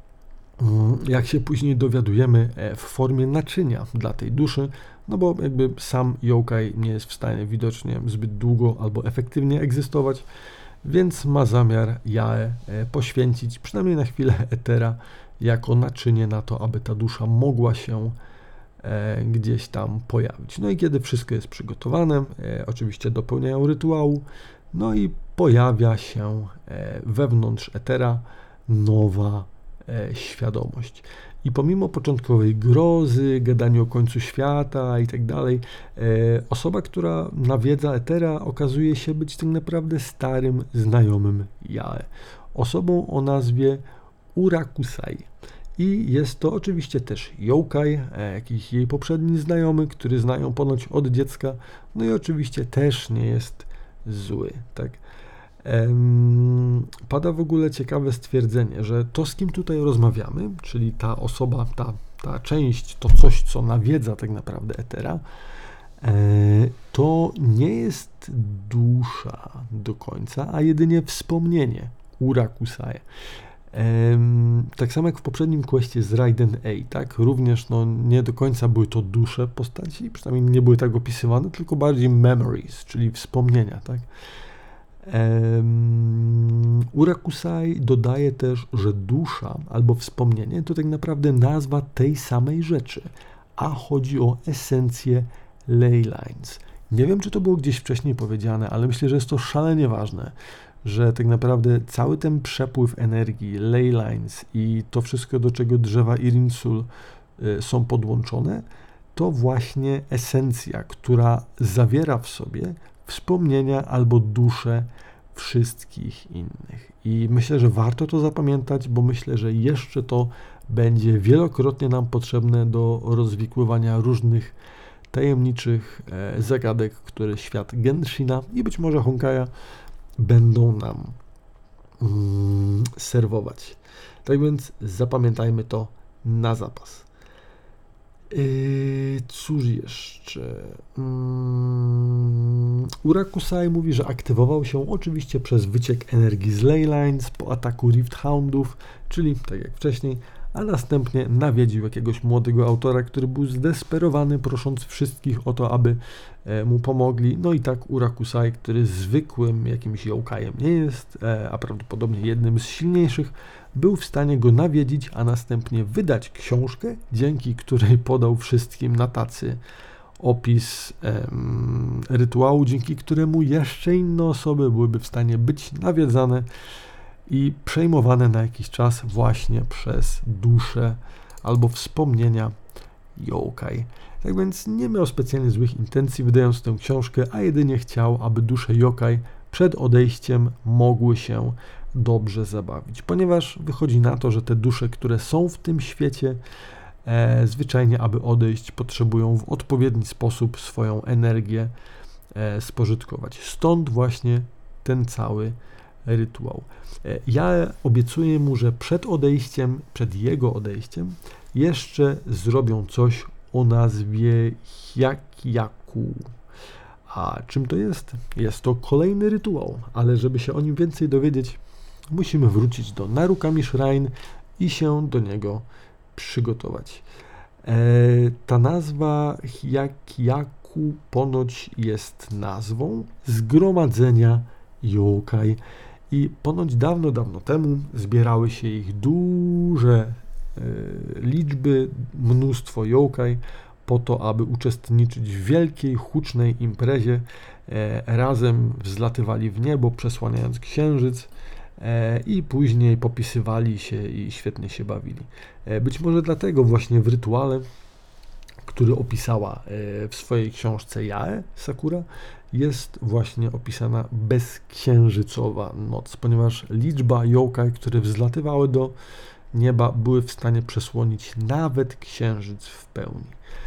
Speaker 1: jak się później dowiadujemy, w formie naczynia dla tej duszy, no bo jakby sam yokai nie jest w stanie widocznie zbyt długo albo efektywnie egzystować, więc ma zamiar Jae poświęcić przynajmniej na chwilę etera jako naczynie na to, aby ta dusza mogła się e, gdzieś tam pojawić. No i kiedy wszystko jest przygotowane, e, oczywiście dopełniają rytuału, no i pojawia się e, wewnątrz etera nowa e, świadomość. I pomimo początkowej grozy, gadania o końcu świata i tak dalej, osoba, która nawiedza etera, okazuje się być tak naprawdę starym znajomym Jae. Osobą o nazwie Urakusai. I jest to oczywiście też yokai, jakiś jej poprzedni znajomy, który znają ponoć od dziecka. No i oczywiście też nie jest zły, tak? Um, pada w ogóle ciekawe stwierdzenie, że to, z kim tutaj rozmawiamy, czyli ta osoba, ta, ta część, to coś, co nawiedza tak naprawdę etera, e, to nie jest dusza do końca, a jedynie wspomnienie Urakusai. Um, tak samo jak w poprzednim questie z Raiden A, tak? Również no, nie do końca były to dusze postaci, przynajmniej nie były tak opisywane, tylko bardziej memories, czyli wspomnienia, tak? Um, Urakusai dodaje też, że dusza albo wspomnienie to tak naprawdę nazwa tej samej rzeczy, a chodzi o esencję ley lines. Nie wiem, czy to było gdzieś wcześniej powiedziane, ale myślę, że jest to szalenie ważne, że tak naprawdę cały ten przepływ energii, ley lines i to wszystko, do czego drzewa Irinsul y, są podłączone, to właśnie esencja, która zawiera w sobie wspomnienia albo dusze wszystkich innych. I myślę, że warto to zapamiętać, bo myślę, że jeszcze to będzie wielokrotnie nam potrzebne do rozwikływania różnych tajemniczych e, zagadek, które świat Genshina i być może Honkaja będą nam mm, serwować. Tak więc zapamiętajmy to na zapas. Yy, cóż jeszcze? Yy, Urakusai mówi, że aktywował się oczywiście przez wyciek energii z ley lines po ataku Rift Houndów, czyli tak jak wcześniej, a następnie nawiedził jakiegoś młodego autora, który był zdesperowany, prosząc wszystkich o to, aby e, mu pomogli. No i tak Urakusai, który zwykłym jakimś youkajem nie jest, e, a prawdopodobnie jednym z silniejszych, był w stanie go nawiedzić, a następnie wydać książkę, dzięki której podał wszystkim na tacy opis em, rytuału, dzięki któremu jeszcze inne osoby byłyby w stanie być nawiedzane i przejmowane na jakiś czas właśnie przez duszę albo wspomnienia yokai. Tak więc nie miał specjalnie złych intencji wydając tę książkę, a jedynie chciał, aby dusze yokai przed odejściem mogły się dobrze zabawić, ponieważ wychodzi na to, że te dusze, które są w tym świecie, e, zwyczajnie, aby odejść, potrzebują w odpowiedni sposób swoją energię e, spożytkować. Stąd właśnie ten cały rytuał. E, ja obiecuję mu, że przed odejściem, przed jego odejściem, jeszcze zrobią coś o nazwie Hyakkyaku. A czym to jest? Jest to kolejny rytuał, ale żeby się o nim więcej dowiedzieć, musimy wrócić do Narukami Shrine i się do niego przygotować. E, ta nazwa Hyakkyaku ponoć jest nazwą zgromadzenia yokai i ponoć dawno, dawno temu zbierały się ich duże e, liczby, mnóstwo yokai po to, aby uczestniczyć w wielkiej, hucznej imprezie. E, razem wzlatywali w niebo, przesłaniając księżyc e, i później popisywali się i świetnie się bawili. E, być może dlatego właśnie w rytuale, który opisała e, w swojej książce Yae Sakura, jest właśnie opisana bezksiężycowa noc, ponieważ liczba yokai, które wzlatywały do nieba, były w stanie przesłonić nawet księżyc w pełni.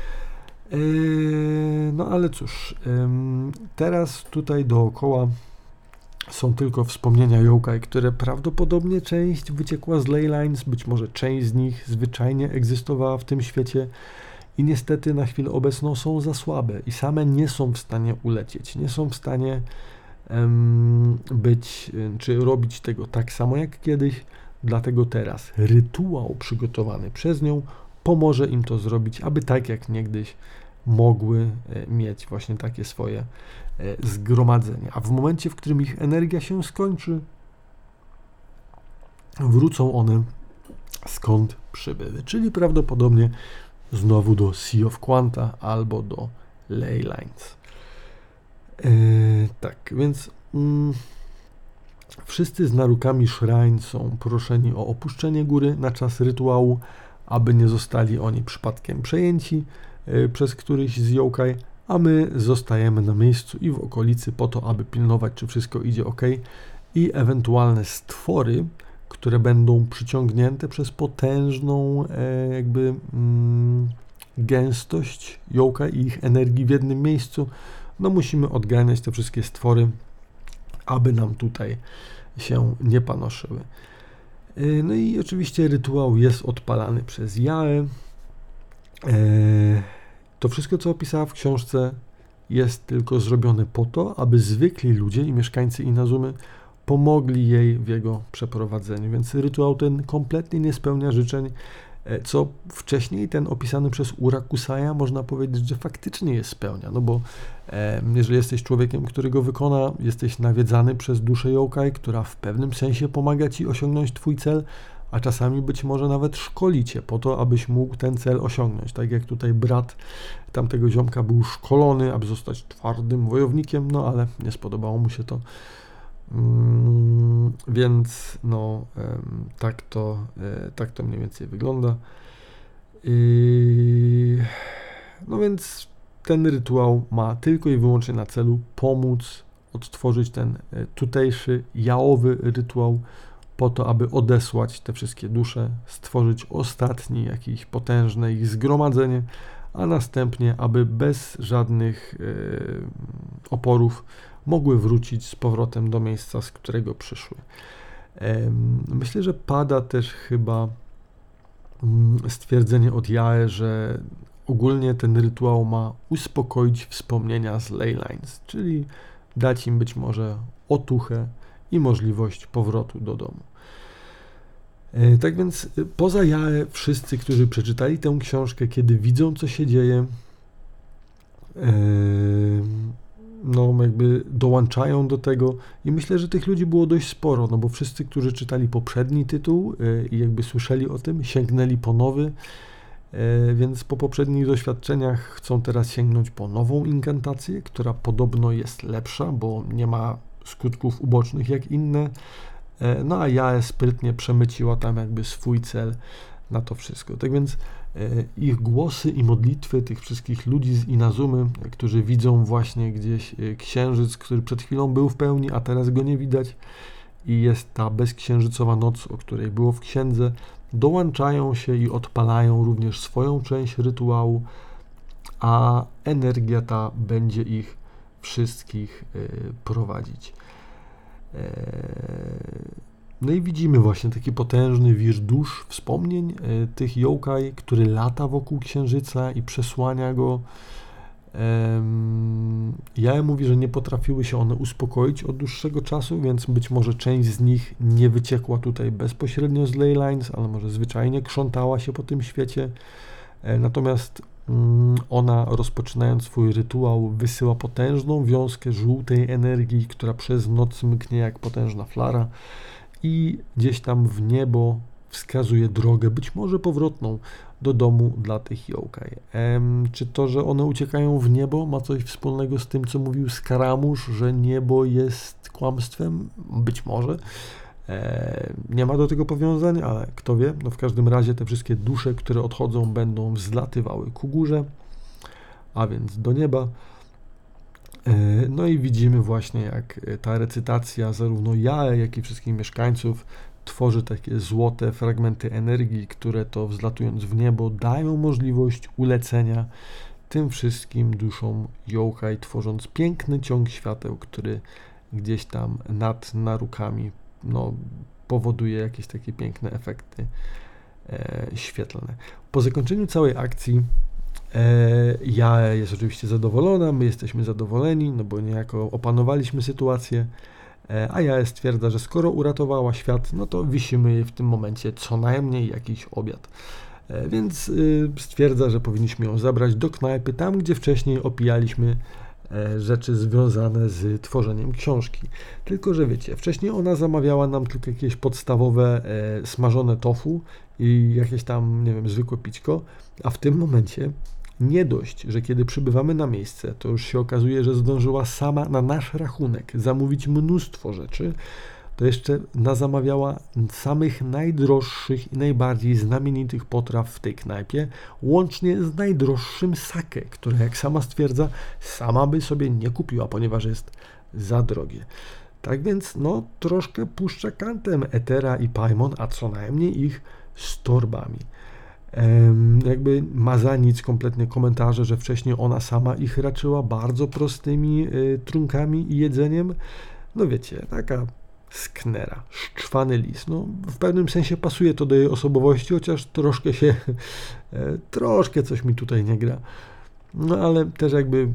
Speaker 1: No ale cóż, teraz tutaj dookoła są tylko wspomnienia yokai, które prawdopodobnie część wyciekła z ley lines, być może część z nich zwyczajnie egzystowała w tym świecie i niestety na chwilę obecną są za słabe i same nie są w stanie ulecieć, nie są w stanie um, być, czy robić tego tak samo jak kiedyś, dlatego teraz rytuał przygotowany przez nią pomoże im to zrobić, aby tak jak niegdyś mogły mieć właśnie takie swoje zgromadzenie. A w momencie, w którym ich energia się skończy, wrócą one skąd przybyły, czyli prawdopodobnie znowu do Sea of Quanta albo do ley lines. Yy, tak, więc mm, wszyscy z Narukami Shrine są proszeni o opuszczenie góry na czas rytuału, aby nie zostali oni przypadkiem przejęci yy, przez któryś z yokai, a my zostajemy na miejscu i w okolicy po to, aby pilnować, czy wszystko idzie ok i ewentualne stwory, które będą przyciągnięte przez potężną e, jakby mm, gęstość yokai i ich energii w jednym miejscu, no musimy odganiać te wszystkie stwory, aby nam tutaj się nie panoszyły. E, no i oczywiście rytuał jest odpalany przez Yae. E, to wszystko, co opisała w książce, jest tylko zrobione po to, aby zwykli ludzie i mieszkańcy Inazumy pomogli jej w jego przeprowadzeniu, więc rytuał ten kompletnie nie spełnia życzeń co wcześniej ten opisany przez Urakusaja można powiedzieć, że faktycznie je spełnia, no bo e, jeżeli jesteś człowiekiem, który go wykona, jesteś nawiedzany przez duszę yokai, która w pewnym sensie pomaga ci osiągnąć twój cel, a czasami być może nawet szkoli cię po to, abyś mógł ten cel osiągnąć. Tak jak tutaj brat tamtego ziomka był szkolony, aby zostać twardym wojownikiem, no ale nie spodobało mu się to. Mm, więc no em, tak to, e, tak to mniej więcej wygląda. I, no więc ten rytuał ma tylko i wyłącznie na celu pomóc odtworzyć ten e, tutejszy jaowy rytuał po to, aby odesłać te wszystkie dusze, stworzyć ostatni jakiś potężne ich zgromadzenie, a następnie, aby bez żadnych e, oporów mogły wrócić z powrotem do miejsca, z którego przyszły. E, myślę, że pada też chyba mm, stwierdzenie od Jae, że ogólnie ten rytuał ma uspokoić wspomnienia z Ley Lines, czyli dać im być może otuchę i możliwość powrotu do domu. E, tak więc poza Jae wszyscy, którzy przeczytali tę książkę, kiedy widzą, co się dzieje, e, no jakby dołączają do tego i myślę, że tych ludzi było dość sporo, no bo wszyscy, którzy czytali poprzedni tytuł e, i jakby słyszeli o tym, sięgnęli po nowy, e, więc po poprzednich doświadczeniach chcą teraz sięgnąć po nową inkantację, która podobno jest lepsza, bo nie ma skutków ubocznych jak inne, no a Jae sprytnie przemyciła tam jakby swój cel na to wszystko. Tak więc ich głosy i modlitwy tych wszystkich ludzi z Inazumy, którzy widzą właśnie gdzieś księżyc, który przed chwilą był w pełni, a teraz go nie widać i jest ta bezksiężycowa noc, o której było w księdze, dołączają się i odpalają również swoją część rytuału, a energia ta będzie ich wszystkich prowadzić. No i widzimy właśnie taki potężny wir dusz, wspomnień tych yokai, który lata wokół księżyca i przesłania go. Jae mówi, że nie potrafiły się one uspokoić od dłuższego czasu, więc być może część z nich nie wyciekła tutaj bezpośrednio z Ley Lines, ale może zwyczajnie krzątała się po tym świecie. Natomiast ona, rozpoczynając swój rytuał, wysyła potężną wiązkę żółtej energii, która przez noc mknie jak potężna flara i gdzieś tam w niebo wskazuje drogę, być może powrotną, do domu dla tych yokai. Ehm, czy to, że one uciekają w niebo, ma coś wspólnego z tym, co mówił Skaramusz, że niebo jest kłamstwem? Być może. E, nie ma do tego powiązań, ale kto wie, no w każdym razie te wszystkie dusze, które odchodzą, będą wzlatywały ku górze, a więc do nieba. E, no i widzimy właśnie, jak ta recytacja zarówno Jae, jak i wszystkich mieszkańców tworzy takie złote fragmenty energii, które to wzlatując w niebo dają możliwość ulecenia tym wszystkim duszom yokai, tworząc piękny ciąg świateł, który gdzieś tam nad narukami no, powoduje jakieś takie piękne efekty e, świetlne. Po zakończeniu całej akcji e, Jae jest oczywiście zadowolona, my jesteśmy zadowoleni, no bo niejako opanowaliśmy sytuację, e, a Jae stwierdza, że skoro uratowała świat, no to wisimy jej w tym momencie co najmniej jakiś obiad. E, więc y, stwierdza, że powinniśmy ją zabrać do knajpy, tam gdzie wcześniej opijaliśmy rzeczy związane z tworzeniem książki. Tylko że wiecie, wcześniej ona zamawiała nam tylko jakieś podstawowe e, smażone tofu i jakieś tam, nie wiem, zwykłe pićko, a w tym momencie nie dość, że kiedy przybywamy na miejsce, to już się okazuje, że zdążyła sama na nasz rachunek zamówić mnóstwo rzeczy, to jeszcze nazamawiała samych najdroższych i najbardziej znamienitych potraw w tej knajpie, łącznie z najdroższym sake, które jak sama stwierdza, sama by sobie nie kupiła, ponieważ jest za drogie. Tak więc no troszkę puszcza kantem Etera i Paimon, a co najmniej ich z torbami. Ehm, jakby ma za nic kompletnie komentarze, że wcześniej ona sama ich raczyła bardzo prostymi y, trunkami i jedzeniem. No wiecie, taka sknera, szczwany lis. No, w pewnym sensie pasuje to do jej osobowości, chociaż troszkę się, e, troszkę coś mi tutaj nie gra. No ale też jakby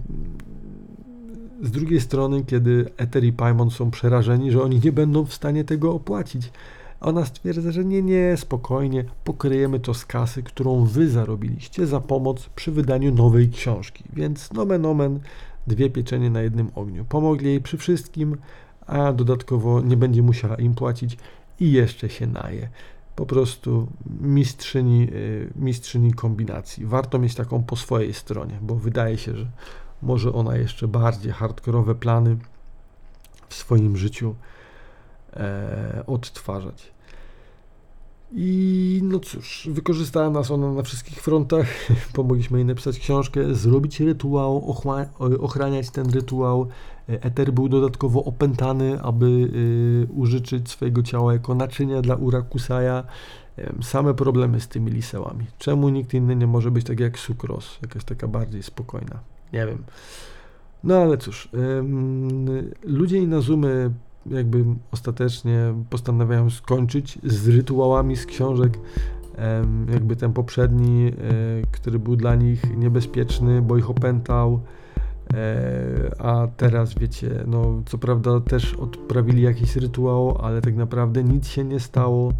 Speaker 1: z drugiej strony, kiedy Ether i Paimon są przerażeni, że oni nie będą w stanie tego opłacić, A ona stwierdza, że nie, nie, spokojnie, pokryjemy to z kasy, którą wy zarobiliście za pomoc przy wydaniu nowej książki. Więc nomen omen, dwie pieczenie na jednym ogniu. Pomogli jej przy wszystkim, a dodatkowo nie będzie musiała im płacić i jeszcze się naje. Po prostu mistrzyni, mistrzyni kombinacji. Warto mieć taką po swojej stronie, bo wydaje się, że może ona jeszcze bardziej hardkorowe plany w swoim życiu e, odtwarzać. I no cóż, wykorzystała nas ona na wszystkich frontach, pomogliśmy jej napisać książkę, zrobić rytuał, ochła- ochraniać ten rytuał. Eter był dodatkowo opętany, aby y, użyczyć swojego ciała jako naczynia dla Urakusaja. Same problemy z tymi lisełami. Czemu nikt inny nie może być tak jak Sucrose, jakaś taka bardziej spokojna? Nie wiem. No ale cóż, ym, ludzie Inazumy jakby ostatecznie postanawiają skończyć z rytuałami z książek. Ym, jakby ten poprzedni, y, który był dla nich niebezpieczny, bo ich opętał. A teraz wiecie, no co prawda też odprawili jakiś rytuał, ale tak naprawdę nic się nie stało.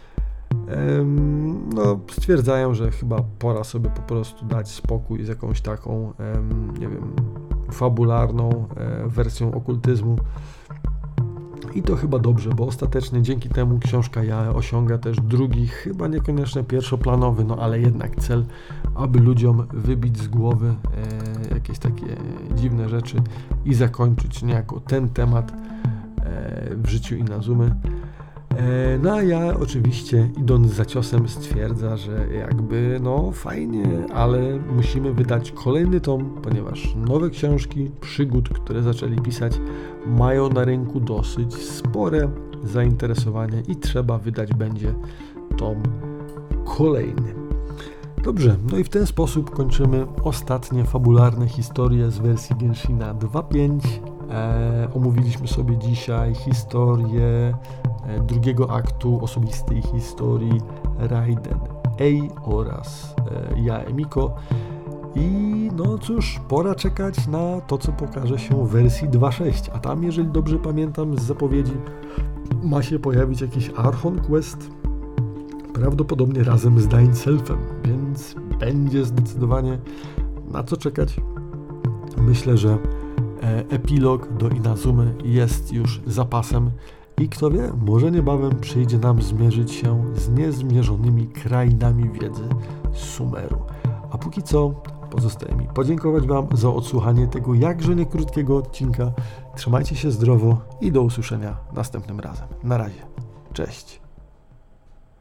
Speaker 1: No stwierdzają, że chyba pora sobie po prostu dać spokój z jakąś taką, nie wiem, fabularną wersją okultyzmu. I to chyba dobrze, bo ostatecznie dzięki temu książka Ja osiąga też drugi, chyba niekoniecznie pierwszoplanowy, no ale jednak cel, aby ludziom wybić z głowy e, jakieś takie dziwne rzeczy i zakończyć niejako ten temat e, w życiu Inazumy. E, no a Ja oczywiście, idąc za ciosem, stwierdza, że jakby no fajnie, ale musimy wydać kolejny tom, ponieważ nowe książki, przygód, które zaczęli pisać, mają na rynku dosyć spore zainteresowanie i trzeba wydać będzie tom kolejny. Dobrze, no i w ten sposób kończymy ostatnie fabularne historie z wersji Genshina dwa pięć. E, omówiliśmy sobie dzisiaj historię e, drugiego aktu osobistej historii Raiden Ei oraz e, Ja Emiko. I no cóż, pora czekać na to, co pokaże się w wersji dwa sześć, a tam, jeżeli dobrze pamiętam z zapowiedzi, ma się pojawić jakiś Archon Quest, prawdopodobnie razem z Dying Selfem, więc będzie zdecydowanie na co czekać. Myślę, że epilog do Inazumy jest już zapasem i kto wie, może niebawem przyjdzie nam zmierzyć się z niezmierzonymi krainami wiedzy Sumeru. A póki co pozostaje mi podziękować Wam za odsłuchanie tego jakże niekrótkiego odcinka. Trzymajcie się zdrowo i do usłyszenia następnym razem. Na razie. Cześć.